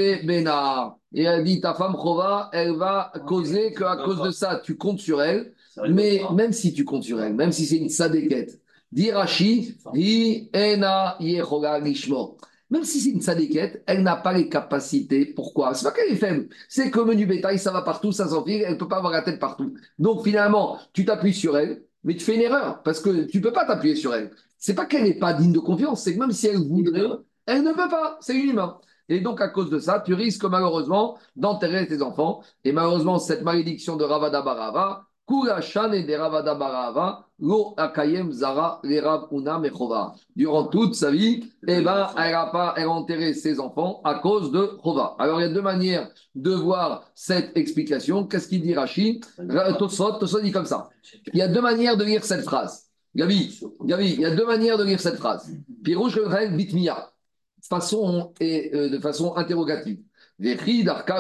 B: Bena. Et elle dit, ta femme Chova, elle va causer qu'à cause de ça, tu comptes sur elle. Mais même si tu comptes sur elle, même si c'est une sadéquette, dit Rashi, hi ena yechoga lishmo. Même si c'est une sadéquette, elle n'a pas les capacités. Pourquoi? C'est pas qu'elle est faible. C'est comme du bétail, ça va partout, ça s'enfile, elle ne peut pas avoir la tête partout. Donc finalement, tu t'appuies sur elle, mais tu fais une erreur parce que tu ne peux pas t'appuyer sur elle. C'est pas qu'elle n'est pas digne de confiance, c'est que même si elle voudrait, elle ne peut pas. C'est une humain. Et donc, à cause de ça, tu risques malheureusement d'enterrer tes enfants. Et malheureusement, cette malédiction de Ravada Barava, Kurashan et de Ravada Barava, Lo Akayem Zara, les Rav Una Mechova. Durant toute sa vie, eh ben, elle a pas, elle a enterré ses enfants à cause de Chova. Alors, il y a deux manières de voir cette explication. Qu'est-ce qu'il dit Rachid? Tosot, Tosot dit comme ça. Il y a deux manières de lire cette phrase. Gabi, Gabi, il y a deux manières de lire cette phrase. Pirouche le Bitmiya. Façon et euh, de façon interrogative. C'est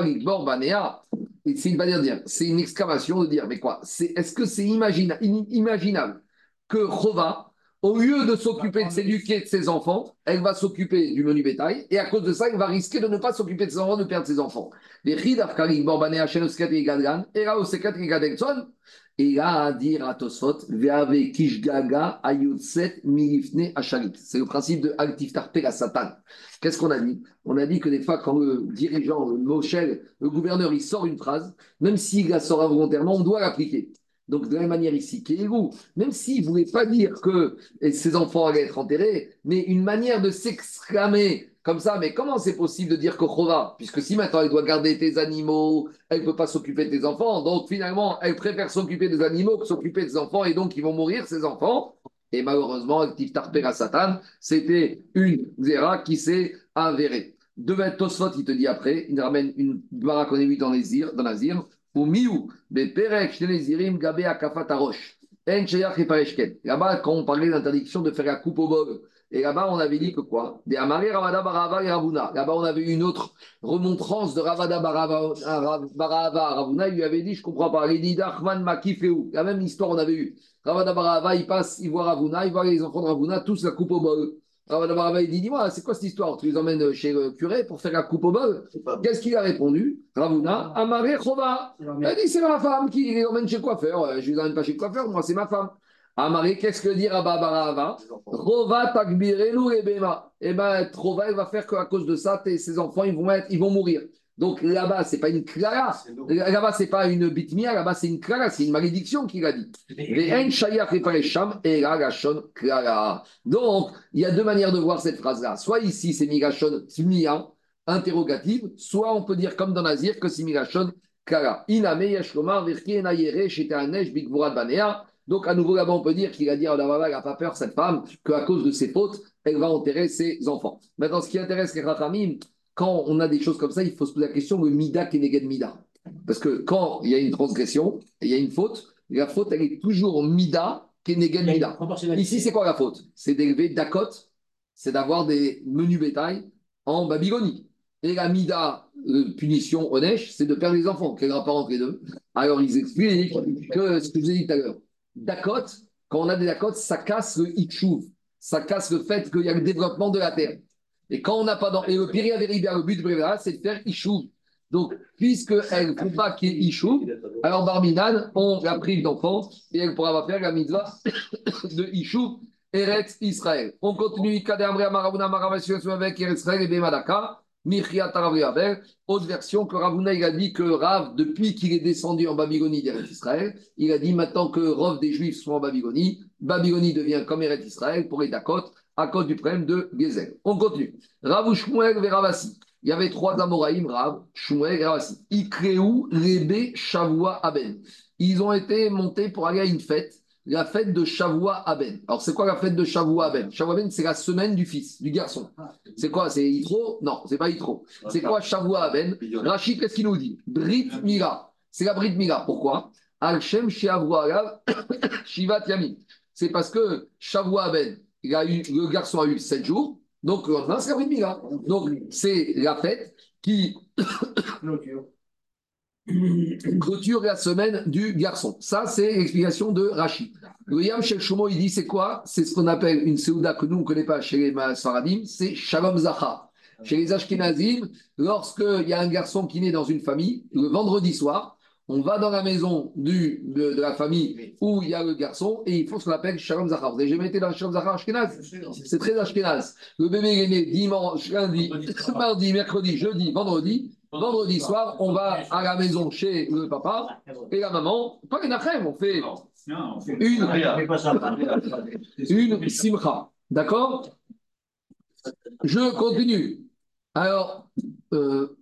B: une manière de dire, c'est une exclamation de dire, mais quoi? C'est, est-ce que c'est imagina, imaginable que Chova, au lieu de s'occuper de s'éduquer de ses enfants, elle va s'occuper du menu bétail, et à cause de ça, elle va risquer de ne pas s'occuper de ses enfants, de perdre ses enfants. Et là, à dire à Tosfot, Ve'ave Kishgaga Ayutset Milifne Achalit. C'est le principe de Altiftar Pela Satan. Qu'est-ce qu'on a dit? On a dit que des fois, quand le dirigeant, le Moshel, le gouverneur, il sort une phrase, même s'il la sort involontairement, on doit l'appliquer. Donc, de la même manière ici, Kéhérou, même s'il ne voulait pas dire que ses enfants allaient être enterrés, mais une manière de s'exclamer comme ça, mais comment c'est possible de dire que Chova, puisque si maintenant elle doit garder tes animaux, elle ne peut pas s'occuper de tes enfants, donc finalement, elle préfère s'occuper des animaux que s'occuper des enfants, et donc ils vont mourir, ces enfants. Et malheureusement, Actif Tarpera Satan, c'était une zéra qui s'est avérée. Devait Tosfot, il te dit après, il ramène une bara qu'on a vue dans Nazir, dans Nazir, ou Miou, Beperek, Shnezirim, Gabé, Akafat, Arosh. Là-bas, quand on parlait d'interdiction de faire la coupe au bol, et là-bas, on avait dit que quoi? Des Amaré, Ravada, Barava et Ravuna. Là-bas, on avait eu une autre remontrance de Ravada, Barava, Barava Ravuna. Il lui avait dit, je ne comprends pas. Il dit, Dachman, Makifeu. La même histoire, on avait eu. Ravada, Barava, il passe, il voit Ravuna, il voit les enfants de Ravuna, tous la coupe au bol. Ravada, Barava, il dit, dis-moi, c'est quoi cette histoire? Tu les emmènes chez le curé pour faire la coupe au bol? Qu'est-ce qu'il a répondu? Ravuna, Amaré, Chova. Il a dit, c'est ma femme qui les emmène chez le coiffeur. Je ne les emmène pas chez le coiffeur, moi, c'est ma femme. Amaré, qu'est-ce que dit Rabba Barava? Rova takbirelu et bema. Eh bien, Rova, elle va faire qu'à cause de ça, tes, ses enfants, ils vont, être, ils vont mourir. Donc là-bas, ce n'est pas une clara. Là-bas, ce n'est pas une bitmia. Là-bas, c'est une clara. C'est une malédiction qu'il a dit. Ve'en shayach leparesham ela lashon clara. Donc, il y a deux manières de voir cette phrase-là. Soit ici, c'est migashon mia, interrogative. Soit on peut dire, comme dans Nazir, que c'est migashon clara. Iname yashlomar virki enayere shetanesh bigvurat banea. Donc, à nouveau, là-bas, on peut dire qu'il a dit, oh, là, elle n'a pas peur, cette femme, qu'à cause de ses fautes, elle va enterrer ses enfants. Maintenant, ce qui intéresse les Rachamim, quand on a des choses comme ça, il faut se poser la question, le mida keneged mida. Parce que quand il y a une transgression, il y a une faute, la faute, elle est toujours mida keneged mida. Ici, c'est quoi la faute? C'est d'élever Dakot, c'est d'avoir des menus bétail en Babylonie. Et la mida, euh, punition au neige, c'est de perdre les enfants. Quel rapport entre les deux? Alors, ils expliquent que ce que je vous ai dit tout à l'heure. Dakot, quand on a des Dakot, ça casse le Ikshuv, ça casse le fait qu'il y a le développement de la terre. Et quand on n'a pas dans. Et le Piri avait bien le but de Brévera, c'est de faire Ishuv. Donc, puisqu'elle ne trouve pas qu'il y ait Ishuv, alors Barminan, on la prive d'enfants et elle pourra faire la mitzvah de Ishuv Eretz Israël. On continue. Kadamrea Maravuna Maravation avec Eretz Israël et Bemadaka. Michia Taravriaber, autre version que Ravuna, il a dit que Rav, depuis qu'il est descendu en Babylonie d'Eretz Israël, il a dit maintenant que Rav des Juifs sont en Babylonie, Babylonie devient comme Eretz Israël pour les Dakot, à cause du problème de Gezel. On continue. Rav ou Shmuel et Ravasi. Il y avait trois Amoraïm, Rav, Shmuel et Ravasi. Ikreou, Rebe, Shavua, Aben. Ils ont été montés pour aller à une fête, la fête de Shavua Aben. Alors, c'est quoi la fête de Shavua Aben? Shavua Aben, c'est la semaine du fils, du garçon. C'est quoi? C'est Yitro? Non, c'est pas Yitro. C'est quoi Shavua Aben? Rachid, qu'est-ce qu'il nous dit? Brit Mila. C'est la Brit Mila. Pourquoi? Al-Shem Sheavua Alav Shivat Yami. C'est parce que Shavua Aben, il a eu, le garçon a eu sept jours. Donc, le lendemain, c'est la Brit Mila. Donc, c'est la fête qui clôture la semaine du garçon. Ça, c'est l'explication de Rachid. Le Yam Shel Shomo, il dit c'est quoi? C'est ce qu'on appelle une Seouda que nous, on ne connaît pas chez les Sfaradim, c'est Shalom Zachar. Chez les Ashkenazim, lorsqu'il y a un garçon qui naît dans une famille, le vendredi soir, on va dans la maison du, de, de la famille où il y a le garçon et il faut ce qu'on appelle Shalom Zachar. Vous n'avez jamais été dans le Shalom Zachar Ashkenaz? C'est très Ashkenaz. Le bébé est né dimanche, lundi, mardi, mercredi, jeudi, vendredi. Vendredi soir, on va à la maison chez le papa et la maman. Pas les nachem, on fait une, une simcha. D'accord? Je continue. Alors, euh,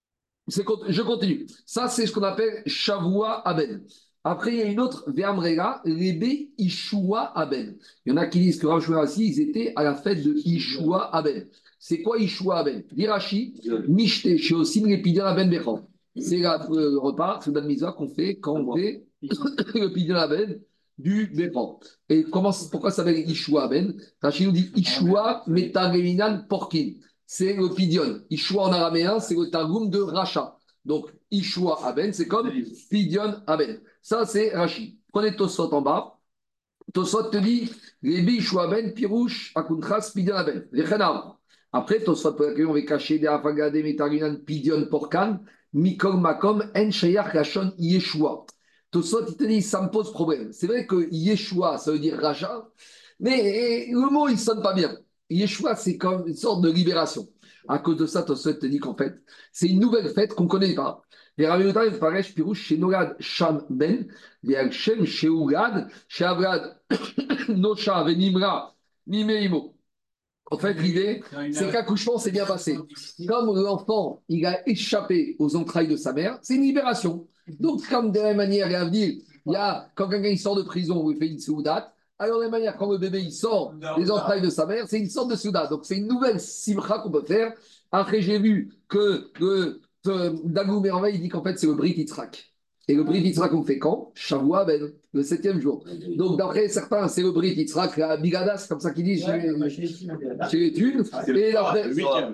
B: je continue. Ça, c'est ce qu'on appelle Shavua Aben. Après, il y a une autre, Ve'amrega, Rebe Ishua Aben. Il y en a qui disent que Rav Shmuel, ils étaient à la fête de Ishua Aben. C'est quoi Ishua Aben? Dirachi, Mishte, Sheosim, Lepidion Aben Bechor. C'est le repas, c'est le mitzvah qu'on fait quand on fait le Pidion Aben du Bechor. Et comment, pourquoi ça s'appelle Ishua Aben? Rachi nous dit Ishua Metageminan Porkin. C'est le Pidion. Ishua en araméen, c'est le Targum de Racha. Donc, Ishua Aben, c'est comme Pidion Aben. Ça, c'est Rachi. Prenez Tosot en bas. Tosot te dit Rebi Ishua Aben, Pirouche, Akuntras, Pidion Aben. Après, Tosot, on va cacher des Afagade, Metarinan, Pidion Porkan, Mikol Makom, En Shayach Rachon Yeshua. Tosot, il te dit, ça me pose problème. C'est vrai que Yeshua, ça veut dire Racha, mais le mot, il ne sonne pas bien. Yeshua, c'est comme une sorte de libération. À cause de ça, Tosot te dit qu'en fait, c'est une nouvelle fête qu'on ne connaît pas. Les Rav il paraît Pirouche chez Nogad Sham Ben, les Alchem chez Ougad, chez Avrad Nocha Venimra, Nimeimo. En fait, l'idée, c'est qu'accouchement s'est bien passé. Comme l'enfant, il a échappé aux entrailles de sa mère, c'est une libération. Donc, comme de la même manière, il y a à dire, il y a, quand quelqu'un il sort de prison ou il fait une soudat, alors de la même manière, quand le bébé il sort des entrailles de sa mère, c'est une sorte de soudat. Donc, c'est une nouvelle simcha qu'on peut faire. Après, j'ai vu que le Dagou Merveille, il dit qu'en fait, c'est le Brit Yitzhak. Et le Brit Yitzhak, on fait quand? Shavua Ben, le septième jour. Donc, d'après certains, c'est le Brit Yitzhak, la Bigadas, comme ça qu'ils disent chez, ouais, chez les thunes. Et d'après.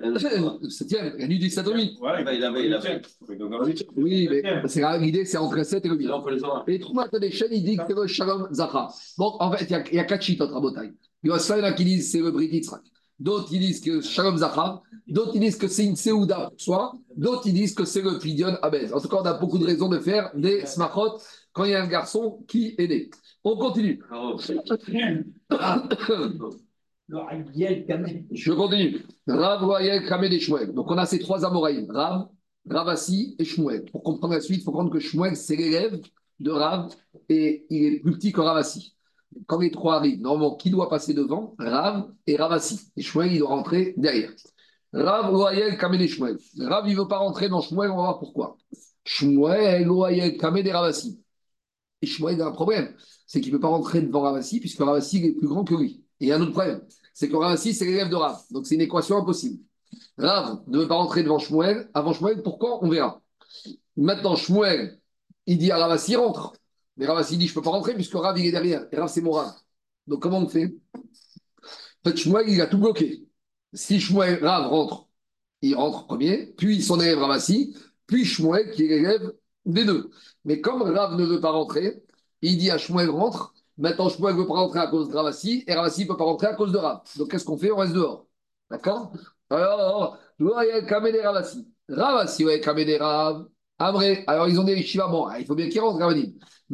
B: Le septième, la nuit du sept au huit.
A: Ouais, il avait, il avait.
B: Oui, mais l'idée, c'est entre le sept et le huit. Et Troumat des chaînes, il dit que c'est le Shalom Zachar. Donc, en fait, il y a quatre chiffres à Botaï. Il y a ceux-là qui disent que c'est le Brit Yitzhak. D'autres, ils disent que Shalom Zachar. D'autres, ils disent que c'est une Seouda pour soi. D'autres, ils disent que c'est le Pidion Abez. En tout cas, on a beaucoup de raisons de faire des smachot quand il y a un garçon qui est né. On continue. Je continue. Rav, Royel, Kamé, des Shmuel. Donc, on a ces trois Amoraïm. Rav, Ravasi et Shmuel. Pour comprendre la suite, il faut comprendre que Shmuel, c'est l'élève de Rav et il est plus petit que Ravasi. Quand les trois arrivent, normalement, qui doit passer devant? Rav et Ravasi. Et Shmuel, il doit rentrer derrière. Rav, Loayel, Kamel et Shmuel. Rav, il ne veut pas rentrer dans Shmuel, on va voir pourquoi. Shmuel, Loayel, Kamel et Ravasi. Et Shmuel a un problème, c'est qu'il ne peut pas rentrer devant Ravasi, puisque Ravasi est plus grand que lui. Et il y a un autre problème, c'est que Ravasi, c'est l'élève de Rav. Donc c'est une équation impossible. Rav ne veut pas rentrer devant Shmuel. Avant Shmuel, pourquoi? On verra. Maintenant, Shmuel, il dit à Ravasi, rentre. Mais Ravasi dit, je ne peux pas rentrer puisque Rav, il est derrière. Et Rav, c'est mon Rav. Donc comment on fait? En fait, Shmuel, il a tout bloqué. Si Shmuel, Rav rentre, il rentre premier, puis son élève Ravasi, puis Shmuel, qui est l'élève des deux. Mais comme Rav ne veut pas rentrer, il dit à Shmuel, rentre. Maintenant, Shmuel ne veut pas rentrer à cause de Ravasi, et Ravasi ne peut pas rentrer à cause de Rav. Donc qu'est-ce qu'on fait? On reste dehors. D'accord? Alors, Kamene Ravasi. Ravasi, ouais, Kamene Rav. Amré. Alors, ils ont des Shiva. Bon, il faut bien qu'ils rentrent, Ravadim.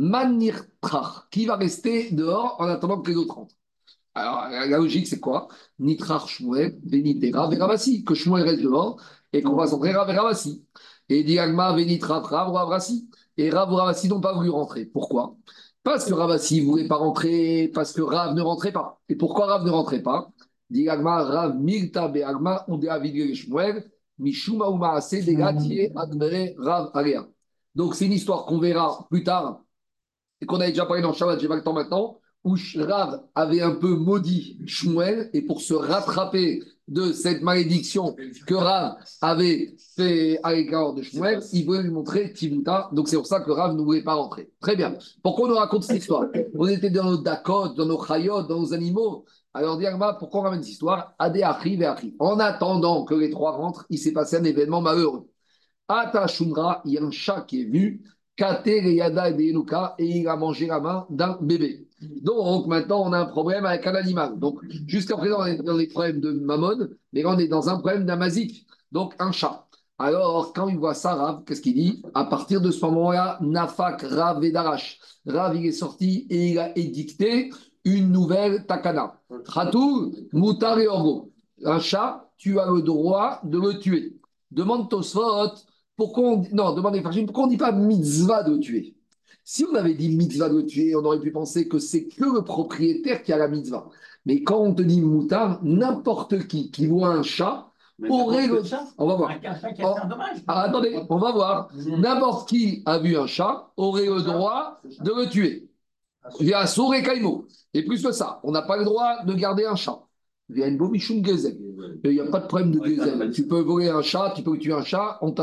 B: Manirtrach, qui va rester dehors en attendant que les autres rentrent. Alors, la logique, c'est quoi? Nitrach Shmuel, Benitera, Veravasi. Que Shmuel reste dehors et qu'on va s'entrer Rav et Ravasi. Et Diagma, Venitrach, Rav, Ravasi. Et Rav ou Ravasi n'ont pas voulu rentrer. Pourquoi? Parce que Ravasi ne voulait pas rentrer, parce que Rav ne rentrait pas. Et pourquoi Rav ne rentrait pas? Diagma, Rav, Milta, Beagma, on a vidé Shmuel, Mishuma ou Maase, Degatier, Admere, Rav, Alea. Donc, c'est une histoire qu'on verra plus tard et qu'on avait déjà parlé dans Shabbat, j'ai pas le temps maintenant, où Rav avait un peu maudit Shmuel, et pour se rattraper de cette malédiction que Rav avait fait à l'égard de Shmuel, il voulait lui montrer Tivuta, donc c'est pour ça que Rav ne voulait pas rentrer. Très bien. Pourquoi on nous raconte cette histoire? On était dans nos Dakot, dans nos Chayot, dans nos animaux. Alors, Diagma, pourquoi on ramène cette histoire? Adé Achri et Achri. En attendant que les trois rentrent, il s'est passé un événement malheureux. Ata Shumra, il y a un chat qui est venu, Kate, Yada et Deluka, et il a mangé la main d'un bébé. Donc maintenant, on a un problème avec un animal. Donc jusqu'à présent, on est dans les problèmes de Mammon, mais là, on est dans un problème d'Amazik, donc un chat. Alors, quand il voit ça, Rav, qu'est-ce qu'il dit? À partir de ce moment-là, Nafak, Rav et Darash. Rav, il est sorti et il a édicté une nouvelle takana. Khatou, Moutar et Orgo. Un chat, tu as le droit de le tuer. Demande Tosfot, pourquoi on... Non, demande Farshim, pourquoi on ne dit pas mitzvah de le tuer? Si on avait dit mitzvah de le tuer, on aurait pu penser que c'est que le propriétaire qui a la mitzvah. Mais quand on te dit moutar, n'importe qui qui voit un chat
C: Mais
B: aurait le...
C: chat.
B: On va voir.
D: Un chat qui
B: Oh.
D: a fait un dommage.
B: Ah, attendez, on va voir. N'importe qui a vu un chat aurait le droit de le tuer. Il y a sourd et caïmo. Et plus que ça, on n'a pas le droit de garder un chat. Il y a une bomichoum gezel. Il n'y a pas de problème de gezel. Tu peux voler un chat, tu peux tuer un chat, on ne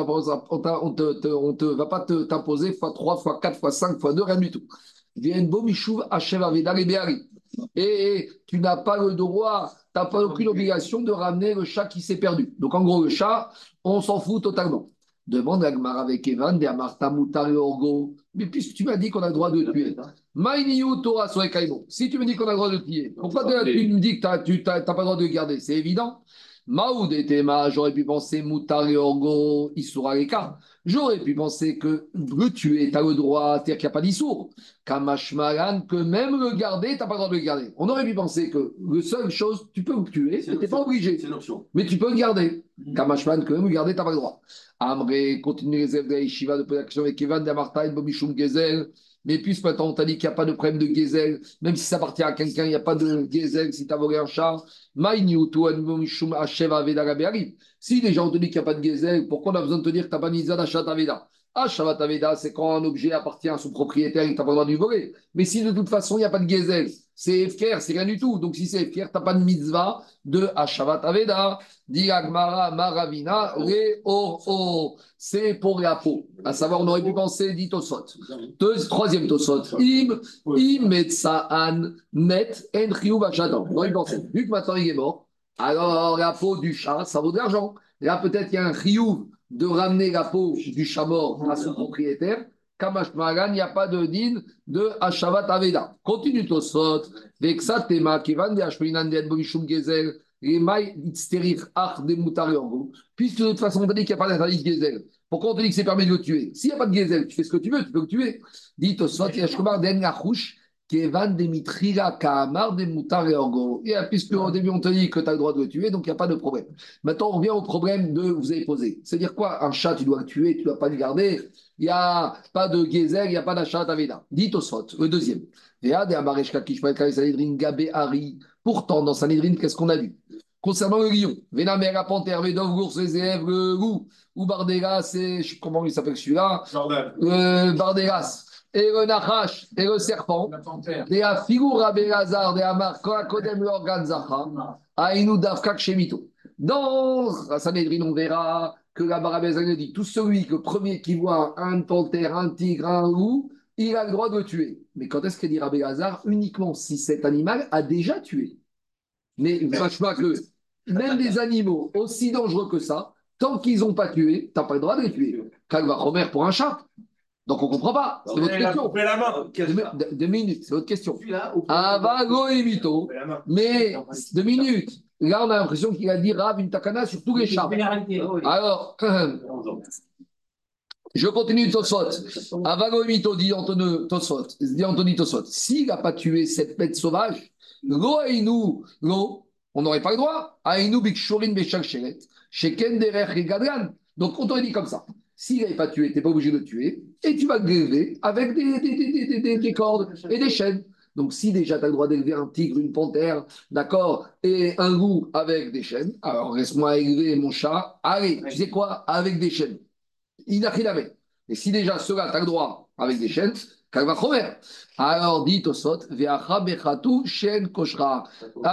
B: te va pas te- t'imposer fois trois, fois quatre, fois cinq, fois deux, rien du tout. Il y a une bomichoum Hachem Aveda et Béari. Et tu n'as pas le droit, tu n'as pas aucune obligation de ramener le chat qui s'est perdu. Donc en gros, le chat, on s'en fout totalement. Demande à Gmar avec Evan, de Amarta Moutar et Orgo. Mais puisque tu m'as dit qu'on a le droit de tuer. Maïniou Torah sur Kaimo. Si tu me dis qu'on a le droit de tuer, pourquoi tu me dis que t'as- tu n'as pas le droit de le garder? C'est évident. Maoud et Théma, j'aurais pu penser Moutar et Orgo, Issoura Leka. J'aurais pu penser que le tuer, tu as le droit, c'est-à-dire qu'il n'y a pas d'Issour. Kamashmaran, que même le garder, tu n'as pas le droit de le garder. On aurait pu penser que la seule chose, tu peux le tuer, tu n'es pas obligé.
C: C'est une option.
B: Mais tu peux le garder. Kamashman, que même le garder, tu n'as pas le droit. Amré, continue les élèves de la Yeshiva de poser la question avec Evan, Damarta et Bobishum Gezel. Mais puisque maintenant on t'a dit qu'il n'y a pas de problème de Gezel, même si ça appartient à quelqu'un, il n'y a pas de Gezel si tu as volé un chat. Si déjà on te dit qu'il n'y a pas de Gezel, pourquoi on a besoin de te dire que tu n'as pas de Nizad Achat Aveda? Achat Aveda, c'est quand un objet appartient à son propriétaire et que tu n'as pas le droit de lui voler. Mais si de toute façon il n'y a pas de Gezel, c'est Efker, c'est rien du tout. Donc si c'est Efker, tu n'as pas de mitzvah de Ashavat Aveda. Dit Agmara Maravina, Re Or O. C'est pour la peau. À savoir, on aurait pu penser, dit Tosot. Deux, troisième Tosot. Im, im Metsaan, Met, En Chiyuv Ashadam. On aurait pu penser, vu que maintenant il est mort, alors la peau du chat, ça vaut de l'argent. Là, peut-être qu'il y a un Chiyuv de ramener la peau du chat mort à son propriétaire. Kamash Magan, il n'y a pas de din de Ashavat Aveda. Continue Tosot. Vexa Tema, Kivan de Ashminan de Adbomishum Gezel. Puisque de toute façon, on t'a dit qu'il n'y a pas d'interdit de Gezel. Pourquoi on te dit que c'est permis de le tuer? S'il n'y a pas de Gezel, tu fais ce que tu veux, tu peux le tuer. Dit Tosfot, Yashkobar Den Lachouch, Kevan Demitrila Kahamar Demutar et Orgo. Et, euh, Puisque au début, on te dit que tu as le droit de le tuer, donc il n'y a pas de problème. Maintenant, on revient au problème de vous avez posé. C'est-à-dire quoi? Un chat, tu dois le tuer, tu ne dois pas le garder. Il n'y a pas de gezer, il n'y a pas d'achat Aveda. Dit Tosfot, le deuxième. Pourtant, dans Sanhedrin, qu'est-ce qu'on a vu? Concernant le lion, Vénamer, la panthère, Védovgour, Zézéev, le loup, ou Bardégas, et je sais comment il s'appelle celui-là,
A: Jordan.
B: euh, Bardégas, et le Nachash, et le serpent, et la figure Abelazar, de Amar, Korakodem, l'organe Zacha, Aïnou Davkak Shemito. Dans Sanhedrin, on verra que la Barabézan dit tout celui que premier qui voit un panthère, un tigre, un loup, il a le droit de le tuer. Mais quand est-ce qu'il dit Rabbi Lazare? Uniquement si cet animal a déjà tué. Mais ne sache pas que même des animaux aussi dangereux que ça, tant qu'ils n'ont pas tué, tu n'as pas le droit de les tuer. Calva Romer pour un chat. Donc on ne comprend pas. C'est votre question.
A: La main.
B: Deux, deux minutes, c'est votre question. Avago et Vito. Mais deux minutes. Là, on a l'impression qu'il a dit Rav une takana sur tous les chats. Alors. Je continue Tosfot. Avago et Mito dit Antonio Tosfot. Dit Anthony Tosfot. S'il n'a pas tué cette bête sauvage, lo aïnou, lo, on n'aurait pas le droit. Aïnou bikshurin bechak sheret. Sheken derech et gadran. Donc on t'aurait dit comme ça. S'il n'avait pas tué, tu n'es pas obligé de le tuer. Et tu vas le gréver avec des, des, des, des, des, des cordes et des chaînes. Donc si déjà tu as le droit d'élever un tigre, une panthère, d'accord, et un loup avec des chaînes, alors laisse-moi élever mon chat. Allez, tu sais quoi? Avec des chaînes. Il n'a rien avec. Et si déjà cela, tu as le droit avec des chaînes, Kalva Chomer. Alors dit Tosot, Veacha Bechatou, chaîne koshra.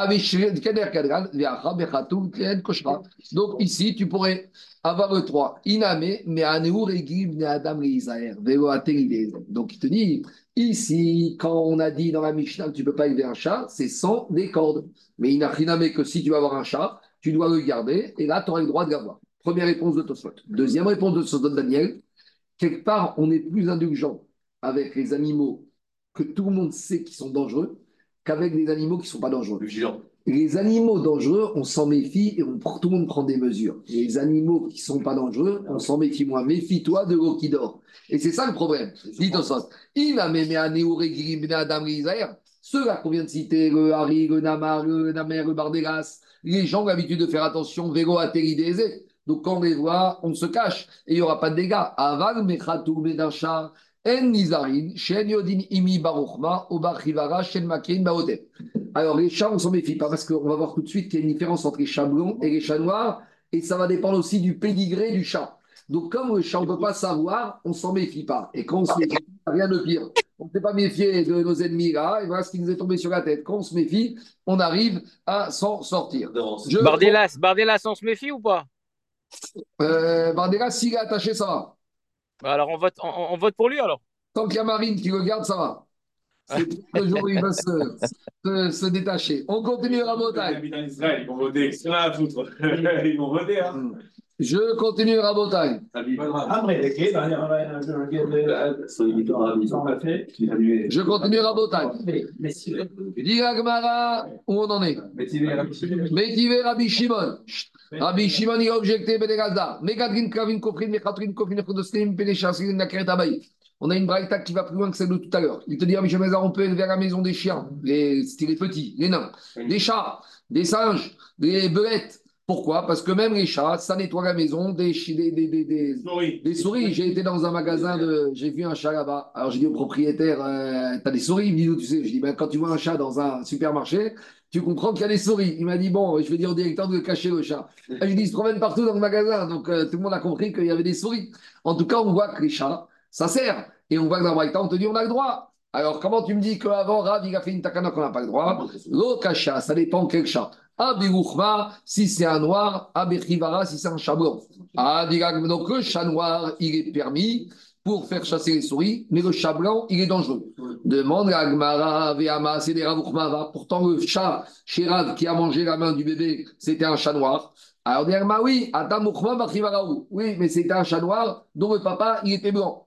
B: Donc ici, tu pourrais avoir le trois. Iname, mais Aneur et Gib, Adam et Isaïr. Donc il te dit, ici, quand on a dit dans la Mishnah que tu ne peux pas élever un chat, c'est sans des cordes. Mais il n'a rien avec que si tu vas avoir un chat, tu dois le garder, et là, tu auras le droit de l'avoir. Première réponse de Tosfot. Deuxième réponse de Tosfot Daniel. Quelque part, on est plus indulgent avec les animaux que tout le monde sait qui sont dangereux qu'avec les animaux qui ne sont pas dangereux.
C: Vigilant.
B: Les animaux dangereux, on s'en méfie et on, tout le monde prend des mesures. Les animaux qui ne sont pas dangereux, on s'en méfie moins. Méfie-toi de l'eau qui dort. Et c'est ça le problème. Dit Tosfot. Il a même un Adam ceux-là qu'on vient de citer, le Hari, le Namar, le Namer, le Bardégas, les gens ont l'habitude de faire attention, vélo atterridésé. Donc, quand on les voit, on se cache et il n'y aura pas de dégâts. Aval, mechatou, medacha, en nizarin, shen yodin imi baruchma, obachivara, shen makin baotem. Alors, les chats, on ne s'en méfie pas parce qu'on va voir tout de suite qu'il y a une différence entre les chats blancs et les chats noirs et ça va dépendre aussi du pédigré du chat. Donc, comme le chat, on ne peut pas savoir, on ne s'en méfie pas. Et quand on se méfie, rien de pire. On ne s'est pas méfié de nos ennemis là, et voilà ce qui nous est tombé sur la tête. Quand on se méfie, on arrive à s'en sortir.
H: Je... Bardelas, Bardelas, on se méfie ou pas?
B: Euh, Bardella, s'il est attaché, ça va.
H: Bah alors, on vote, on, on vote pour lui, alors.
B: Tant qu'il y a Marine qui le garde, ça va. C'est le jour où il va se, se, se détacher. On continue Rabotai.
A: Les habitants d'Israël, ils vont voter. Qu'est-ce qu'on a à foutre? Ils vont voter, hein.
B: Je continue Rabotai. Je continue Rabotai. Dis Agmara, où on en est? Métivé Rabbi Shimon. Rabbi Shimon, il a objecté Bédégazda. Megadrin Kavin Kofrin, Mechatrin Kofrin, Chodoslim, Pénéchasrin, Nakret Abaï. On a une braïta qui va plus loin que celle de tout à l'heure. Il te dit, Rabbi Shimon, on peut élever à la maison des chiens, les, les petits, les nains, des chats, des singes, des belettes. Pourquoi? Parce que même les chats, ça nettoie la maison, des, des, des, des, des,
A: Souris.
B: des souris. J'ai été dans un magasin, de, j'ai vu un chat là-bas. Alors j'ai dit au propriétaire, euh, t'as des souris? Il me dit, tu sais, je dis, ben, quand tu vois un chat dans un supermarché, tu comprends qu'il y a des souris. Il m'a dit, bon, je vais dire au directeur de cacher le chat. Je lui dis, il se promène partout dans le magasin, donc euh, tout le monde a compris qu'il y avait des souris. En tout cas, on voit que les chats, ça sert. Et on voit que dans le Braïta, on te dit, on a le droit. Alors comment tu me dis qu'avant, Rav, il a fait une takana qu'on n'a pas le droit? L'okasha, ça dépend quel chat. Abirouchma, si c'est un noir, Abechivara, si c'est un chat blanc. Donc le chat noir, il est permis pour faire chasser les souris, mais le chat blanc, il est dangereux. Demande à Agmara, Veama, c'est des Ravouchma. Pourtant, le chat chez Rav qui a mangé la main du bébé, c'était un chat noir. Alors, on dit, oui, Atamuchma, Bachivaraou. Oui, mais c'était un chat noir dont le papa, il était blanc.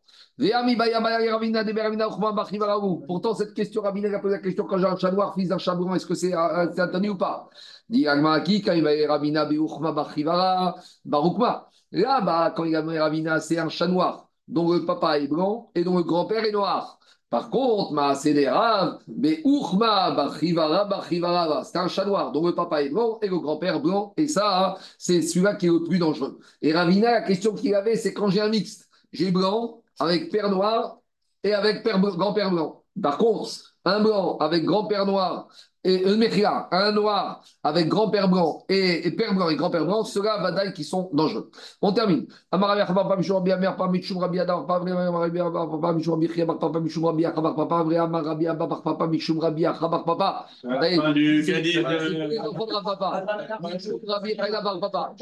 B: Pourtant, cette question, Rabbi a posé la question quand j'ai un chat noir, fils d'un chat blanc, est-ce que c'est interdit ou pas? Dit Agmaki, quand il va y Rabina, Beuchma, Bachivara, Baroukma. Là, bah, quand il a Rabina, c'est un chat noir dont le papa est blanc et dont le grand-père est noir. Par contre, Maasedera, mais Urma, Bachivara, Bachivara, c'est un chat noir dont le papa est blanc et le grand-père blanc. Et ça, c'est celui-là qui est le plus dangereux. Et Ravina, la question qu'il avait, c'est quand j'ai un mixte, j'ai blanc avec père noir et avec père, grand-père blanc. Par contre, un blanc avec grand-père noir et euh, Mechila, un noir avec grand-père blanc et, et père blanc et grand-père blanc, ceux-là, Vadaï, qui sont dangereux. On termine. Amar Rabbi Papa Mishum Rabbi Amer Papa Mishum Rabbi Adar Papa Rabbi Papa Mishum Rabbi Chia Papa Mishum Rabbi Achabar Papa Rabbi Amar Rabbi Abba Papa Mishum Rabbi Achabar Papa.
A: À la fin du caddie.
B: Papa. Mishum Rabbi Achabar Papa.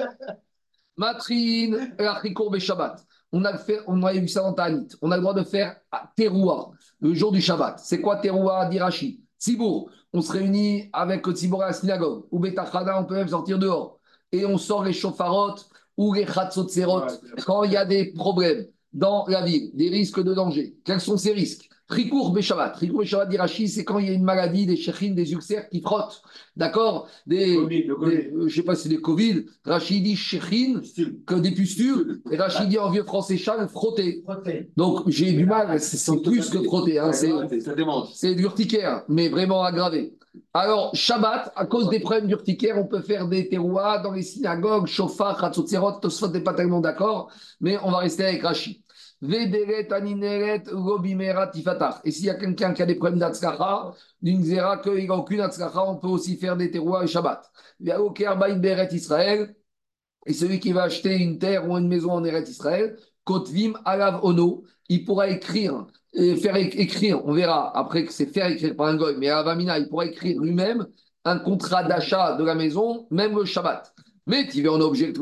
B: Matrine, Rachikour Shabbat. On a, fait, on a vu ça dans Tanit. On a le droit de faire Teroua le jour du Shabbat. C'est quoi Teroua d'Irachi? Tzibour. On se réunit avec Tzibour à la synagogue. Ou Betachada, on peut même sortir dehors. Et on sort les chauffarot ou les chatzotserot quand il y a des problèmes dans la ville, des risques de danger. Quels sont ces risques? Rikour Beshabbat. Rikour Beshabbat d'Irachi, c'est quand il y a une maladie, des chérines, des ulcères qui frottent. D'accord? Des,
A: COVID, le COVID.
B: des euh, je ne sais pas si c'est des Covid. Rachid dit chérines, que des pustules. Et Rachid dit en vieux français châle, frotter. Donc j'ai du mal, c'est c'est plus que frotter. Hein, c'est
C: Ça démange.
B: c'est de l'urticaire, mais vraiment aggravé. Alors, Shabbat, à cause des problèmes d'urticaire, on peut faire des terroirs dans les synagogues, chauffard, Khatsotzerot, Tosfot n'est pas tellement d'accord, mais on va rester avec Rachid. Vederet, Anineret, Robimera, Tifatach. Et s'il y a quelqu'un qui a des problèmes d'Atzkacha, d'une Zera, qu'il n'a aucune Atzkacha, on peut aussi faire des terroirs et Shabbat. Viaoker, Baïd, Beret, Israël. Et celui qui va acheter une terre ou une maison en Eretz Israël, Kotvim, Alav, Ono, il pourra écrire, et faire écrire, on verra après que c'est faire écrire par un goy, mais à Avamina, il pourra écrire lui-même un contrat d'achat de la maison, même le Shabbat. Mais tu veux en objecter au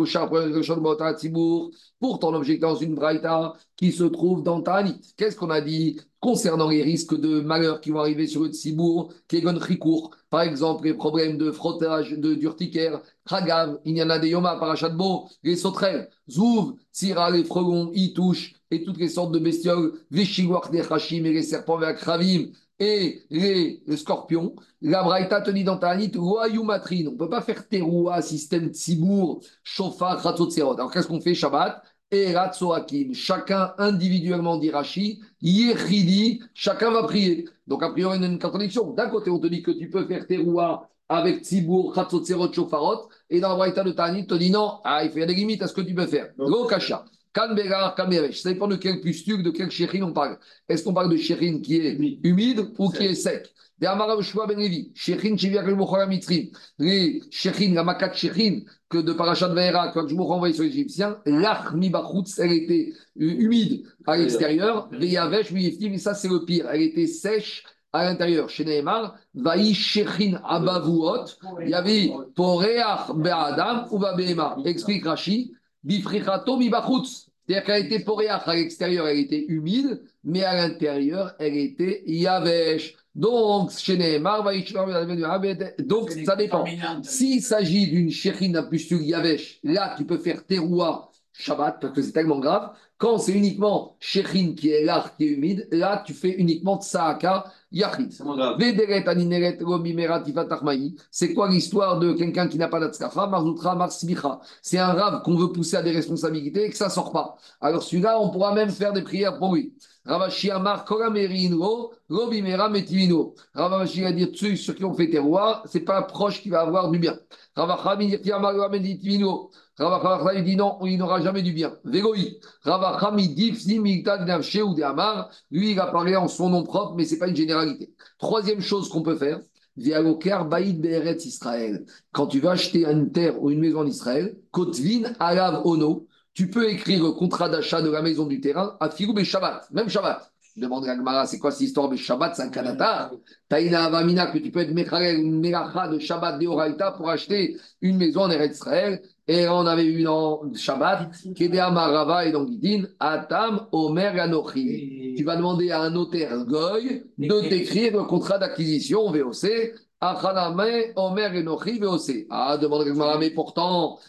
B: Shabbat, pourtant on objecte dans une braïta qui se trouve dans Ta'anit. Qu'est-ce qu'on a dit concernant les risques de malheur qui vont arriver sur le Tzibour, Kegon Chikour, par exemple, les problèmes de frottage, de d'urticaire, Kragav, Inyana de Yoma, Parachatbo, les sauterelles, Zouv, Tsira, les frelons, Itouche, et toutes les sortes de bestioles, Veshigwach, des Hachim, et les serpents, Kravim, et les, les scorpions. La Braïta te dit dans Ta'anit, Loayumatrin. On ne peut pas faire Teroua, système Tzibour, Shofar, Khatzotzerot. Alors qu'est-ce qu'on fait Shabbat? Et Ratsoakim. Chacun individuellement dit Rashi, Yechidi, chacun va prier. Donc a priori, il y a une contradiction. D'un côté, on te dit que tu peux faire Teroua avec Tzibour, Khatzotzerot, Shofarot, et dans la Braïta de Ta'anit, te dit non, ah, il faut y a des limites à ce que tu peux faire. Lokasha. Kanbegar, Kameresh. Ça dépend de quel pustule, de quel chérin on parle. Est-ce qu'on parle de chérin qui est humide ou qui est sec? Des Amarav Shua Ben Levi, chérin qui vient avec le Mokhara Mitrim, les chérin, la makat chérin, que de Parashat Vaera, quand je me renvoie sur les Égyptiens, l'Achmi Bachutz, elle était humide à l'extérieur, et Yavesh, et ça c'est le pire, elle était sèche à l'intérieur. Chez Nehemar, Vaï Shechin Abavuot, il y avait Poreach Be'adam ou Babehema. Explique Rashi, Bifrichato Mibachutz. C'est-à-dire qu'elle était poréach à l'extérieur, elle était humide, mais à l'intérieur, elle était yavesh. Donc, chez Nehemar, donc ça dépend. S'il s'agit d'une chérine à pustule yavesh, là, tu peux faire teroua Shabbat, parce que c'est tellement grave. Quand c'est uniquement chérine qui est là, qui est humide, là, tu fais uniquement tsaaka yachid. C'est quoi l'histoire de quelqu'un qui n'a pas d'atskacha? Marzoutra marsmicha. C'est un rave qu'on veut pousser à des responsabilités et que ça ne sort pas. Alors celui-là, on pourra même faire des prières pour lui. Ravashi Amar Koramerino, Robimera Metivino. Ravashi va dire ceux sur qui on fait terroir, c'est pas un proche qui va avoir du bien. Ravachami dit Amar Metivino. Ravachami dit non, il n'aura jamais du bien. Vegoi. Ravachami dit Fsi Migtad Navche ou de Amar. Lui, il a parlé en son nom propre, mais c'est pas une généralité. Troisième chose qu'on peut faire. Vialokar Baïd Be'eretz Israël. Quand tu vas acheter une terre ou une maison en Israël, Kotvin Alav Ono. Tu peux écrire le contrat d'achat de la maison du terrain à Figou et Shabbat, même Shabbat. Je demande à Gmara, c'est quoi cette histoire de Shabbat? C'est un kanatar. Taïna Avamina, que tu peux être une melacha de Shabbat de Oraita pour acheter une maison en Eretz Israël. Et on avait eu dans Shabbat, Kedea Marava et dans Gidin, Atam Omer Anochi. Tu vas demander à un notaire Goy de t'écrire le contrat d'acquisition V O C. Achaname Omer Enochi V O C. Ah, demande à Gmara, mais pourtant.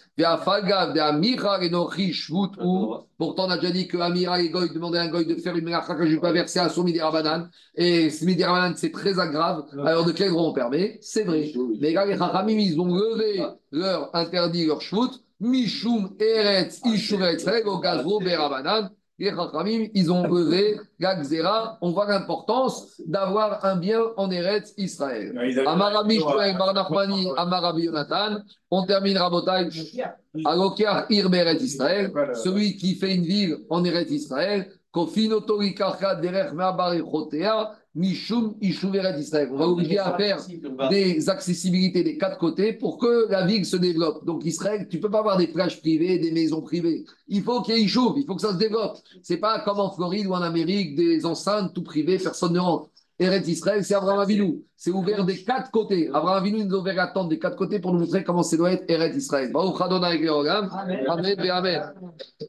B: Pourtant, on a déjà dit que Amira et Goy demandaient à un Goy de faire une melacha que je ne vais pas verser à son Midirabanan. Et ce Midirabanan, c'est très aggrave. Alors, de quel droit on permet? C'est vrai. Les gars, les Chachamim, ils ont levé leur interdit, leur shvut. Mishum Eretz Ishur Eretz Reg, au Gazro Berabanan. les Chachamim, ils ont levé la Xéra. On voit l'importance d'avoir un bien en Eretz Israël. Amarabi Shmuel Bar Nachmani, Amarabi Yonatan. On termine Rabotai. Alokiar Ir Eretz Israël. Celui qui fait une ville en Eretz Israël. Kofinoto Ikarka Derech Me'abar Echotea. Mishum Ishuveret Israël. On va obliger à faire des accessibilités des quatre côtés pour que la ville se développe. Donc Israël, tu ne peux pas avoir des plages privées, des maisons privées. Il faut qu'il y ait Ishuv, il faut que ça se développe. Ce n'est pas comme en Floride ou en Amérique, des enceintes tout privées, personne ne rentre. Eretz Israël, c'est Abraham Avinu. C'est ouvert des quatre côtés. Abraham Avinu nous a ouvert la tente des quatre côtés pour nous montrer comment ça doit être Eretz Israël. Baruch Adonai Amen. Amen.